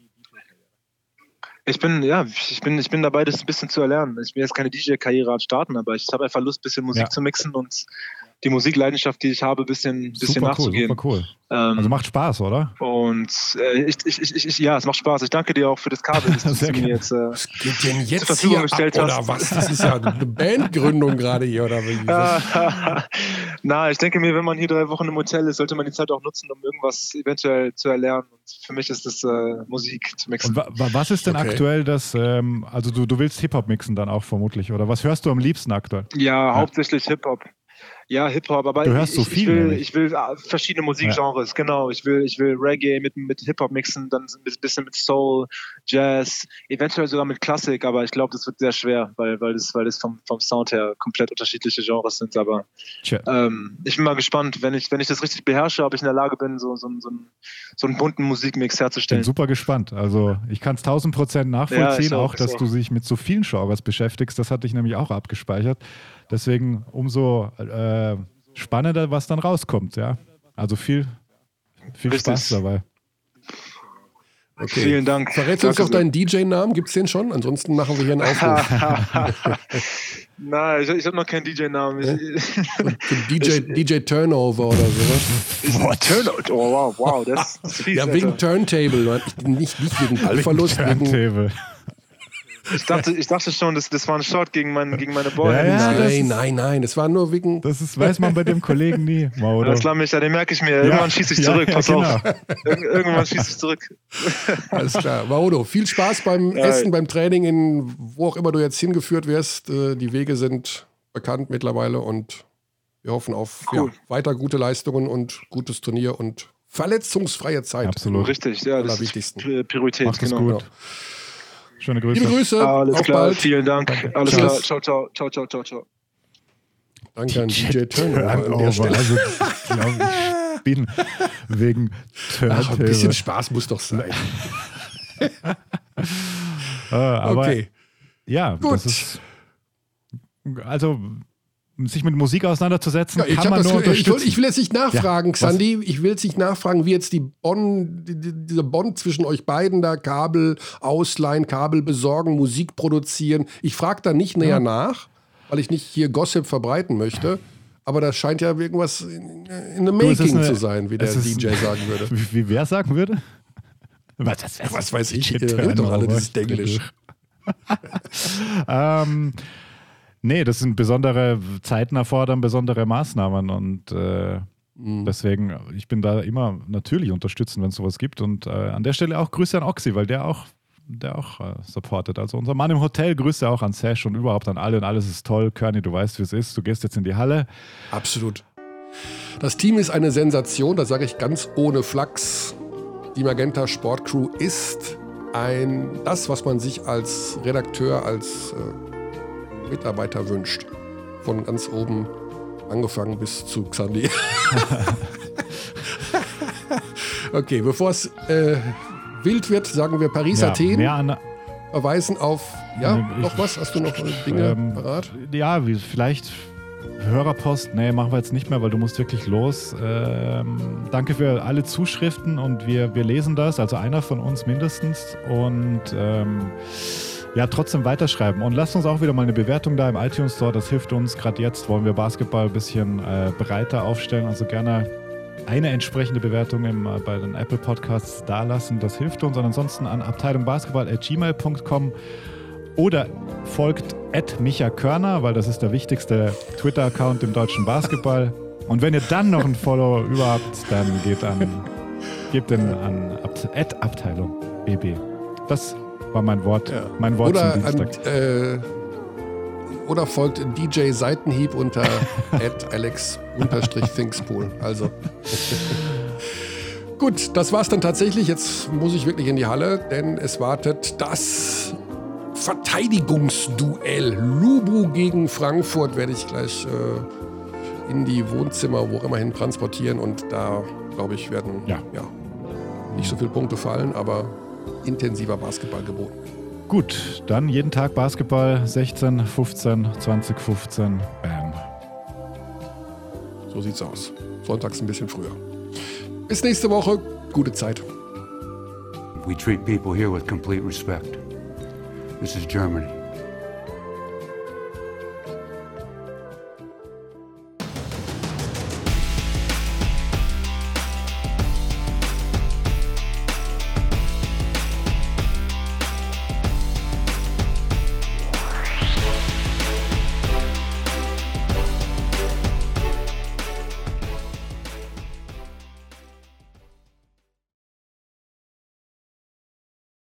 Ich bin, ja, ich bin, ich bin dabei, das ein bisschen zu erlernen. Ich will jetzt keine D J-Karriere starten, aber ich habe einfach Lust, ein bisschen Musik ja. zu mixen und die Musikleidenschaft, die ich habe, ein bisschen, bisschen super nachzugehen. Cool, super cool. Ähm, also macht Spaß, oder? Und äh, ich, ich, ich, ich, ja, es macht Spaß. Ich danke dir auch für das Kabel, das du mir jetzt, äh, was geht denn jetzt zur Verfügung hier gestellt ab, hast. Oder was? Das ist ja eine Bandgründung gerade hier, oder wie? Na, ich denke mir, wenn man hier drei Wochen im Hotel ist, sollte man die Zeit auch nutzen, um irgendwas eventuell zu erlernen. Und für mich ist das äh, Musik zu mixen. Und wa- was ist denn okay. aktuell das, ähm, also du, du willst Hip-Hop mixen dann auch vermutlich, oder was hörst du am liebsten aktuell? Ja, ja. hauptsächlich Hip-Hop. Ja, Hip-Hop, aber du hörst ich, so viel, ich will, ich will verschiedene Musikgenres, ja. genau. Ich will, ich will Reggae mit, mit Hip-Hop mixen, dann ein bisschen mit Soul, Jazz, eventuell sogar mit Klassik, aber ich glaube, das wird sehr schwer, weil, weil das, weil das vom, vom Sound her komplett unterschiedliche Genres sind. Aber ähm, ich bin mal gespannt, wenn ich, wenn ich das richtig beherrsche, ob ich in der Lage bin, so, so, so, einen, so einen bunten Musikmix herzustellen. Ich bin super gespannt. Also ich kann es tausend Prozent nachvollziehen, ja, auch, auch dass auch. du dich mit so vielen Genres beschäftigst. Das hatte ich nämlich auch abgespeichert. Deswegen umso äh, spannender, was dann rauskommt, ja. Also viel, viel Spaß dabei. Okay. Vielen Dank. Verrätst du uns doch deinen D J-Namen? Gibt es den schon? Ansonsten machen wir hier einen Aufruf. Nein, ich, ich habe noch keinen D J-Namen. Ja? D J, D J Turnover oder sowas. Boah, Turnover? Oh, wow, wow, das ist fies. Ja, wegen Turntable. Nicht, nicht wegen Ballverlust. Wegen Turntable. Ich dachte, ich dachte schon, das, das war ein Shot gegen, mein, gegen meine Ball. Ja, ja, nein, nein, nein, das war nur wegen... Das ist, weiß man bei dem Kollegen nie. Mauro. Das lass mich, ja, den merke ich mir. Irgendwann ja, schieße ich zurück, ja, pass ja, genau. auf. Ir- irgendwann schieße ich zurück. Alles klar. Mauro, viel Spaß beim ja. Essen, beim Training, in wo auch immer du jetzt hingeführt wirst. Die Wege sind bekannt mittlerweile und wir hoffen auf cool. ja, weiter gute Leistungen und gutes Turnier und verletzungsfreie Zeit. Absolut. Richtig, ja, das ist Priorität. Macht es genau. gut. Schöne Grüße. Liebe Grüße. Alles auf klar, bald. vielen Dank. Alles klar. Ciao, ciao, ciao, ciao, ciao, ciao. Danke an D J Turnover an der Stelle. Also, glaub ich bin wegen Turnover. Ach, ein bisschen Spaß muss doch sein. uh, aber okay. Ja, gut. Das ist, also sich mit Musik auseinanderzusetzen, ja, kann man das, nur unterstützen. Ich will, ich will jetzt nicht nachfragen, ja, Xandi. Ich will jetzt nicht nachfragen, wie jetzt die Bond, die, dieser Bond zwischen euch beiden da, Kabel ausleihen, Kabel besorgen, Musik produzieren. Ich frage da nicht näher ja. nach, weil ich nicht hier Gossip verbreiten möchte. Aber das scheint ja irgendwas in, in the making eine, zu sein, wie der D J sagen würde. Wie, wie wer sagen würde? Was, das, das, was weiß ich? Ihr redet doch alle dieses Denglisch. ähm... Nee, das sind besondere Zeiten erfordern, besondere Maßnahmen und äh, mhm. deswegen, ich bin da immer natürlich unterstützend, wenn es sowas gibt und äh, an der Stelle auch Grüße an Oxy, weil der auch, der auch äh, supportet. Also unser Mann im Hotel, Grüße auch an Sash und überhaupt an alle und alles ist toll. Körny, du weißt, wie es ist, du gehst jetzt in die Halle. Absolut. Das Team ist eine Sensation, das sage ich ganz ohne Flachs. Die Magenta Sport Crew ist ein, das, was man sich als Redakteur, als äh, Mitarbeiter wünscht. Von ganz oben angefangen bis zu Xandi. Okay, bevor es äh, wild wird, sagen wir Paris, ja, Athen. An, verweisen auf, ja, ich, noch was? Hast du noch Dinge ähm, parat? Ja, wie, vielleicht Hörerpost. Nee, machen wir jetzt nicht mehr, weil du musst wirklich los. Ähm, danke für alle Zuschriften und wir, wir lesen das, also einer von uns mindestens. Und ähm, ja, trotzdem weiterschreiben. Und lasst uns auch wieder mal eine Bewertung da im iTunes Store. Das hilft uns. Gerade jetzt wollen wir Basketball ein bisschen äh, breiter aufstellen. Also gerne eine entsprechende Bewertung im, äh, bei den Apple Podcasts dalassen. Das hilft uns. Und ansonsten an abteilungbasketball at gmail punkt com oder folgt at Micha Körner, weil das ist der wichtigste Twitter-Account im deutschen Basketball. Und wenn ihr dann noch ein Follow überhaupt, dann geht an, gebt den an at Abteilung B B. Das war mein Wort, ja. mein Wort oder zum Dienstag. An, äh, oder folgt D J Seitenhieb unter at Alex Thingspool. Also. Gut, das war's dann tatsächlich. Jetzt muss ich wirklich in die Halle, denn es wartet das Verteidigungsduell. Lubu gegen Frankfurt werde ich gleich äh, in die Wohnzimmer, wo immer hin transportieren. Und da, glaube ich, werden ja. Ja, nicht so viele Punkte fallen, aber intensiver Basketball geboten. Gut, dann jeden Tag Basketball, sechzehn, fünfzehn, zwanzig, fünfzehn, bam. So sieht's aus. Sonntags ein bisschen früher. Bis nächste Woche. Gute Zeit. We treat people here with complete respect. This is Germany.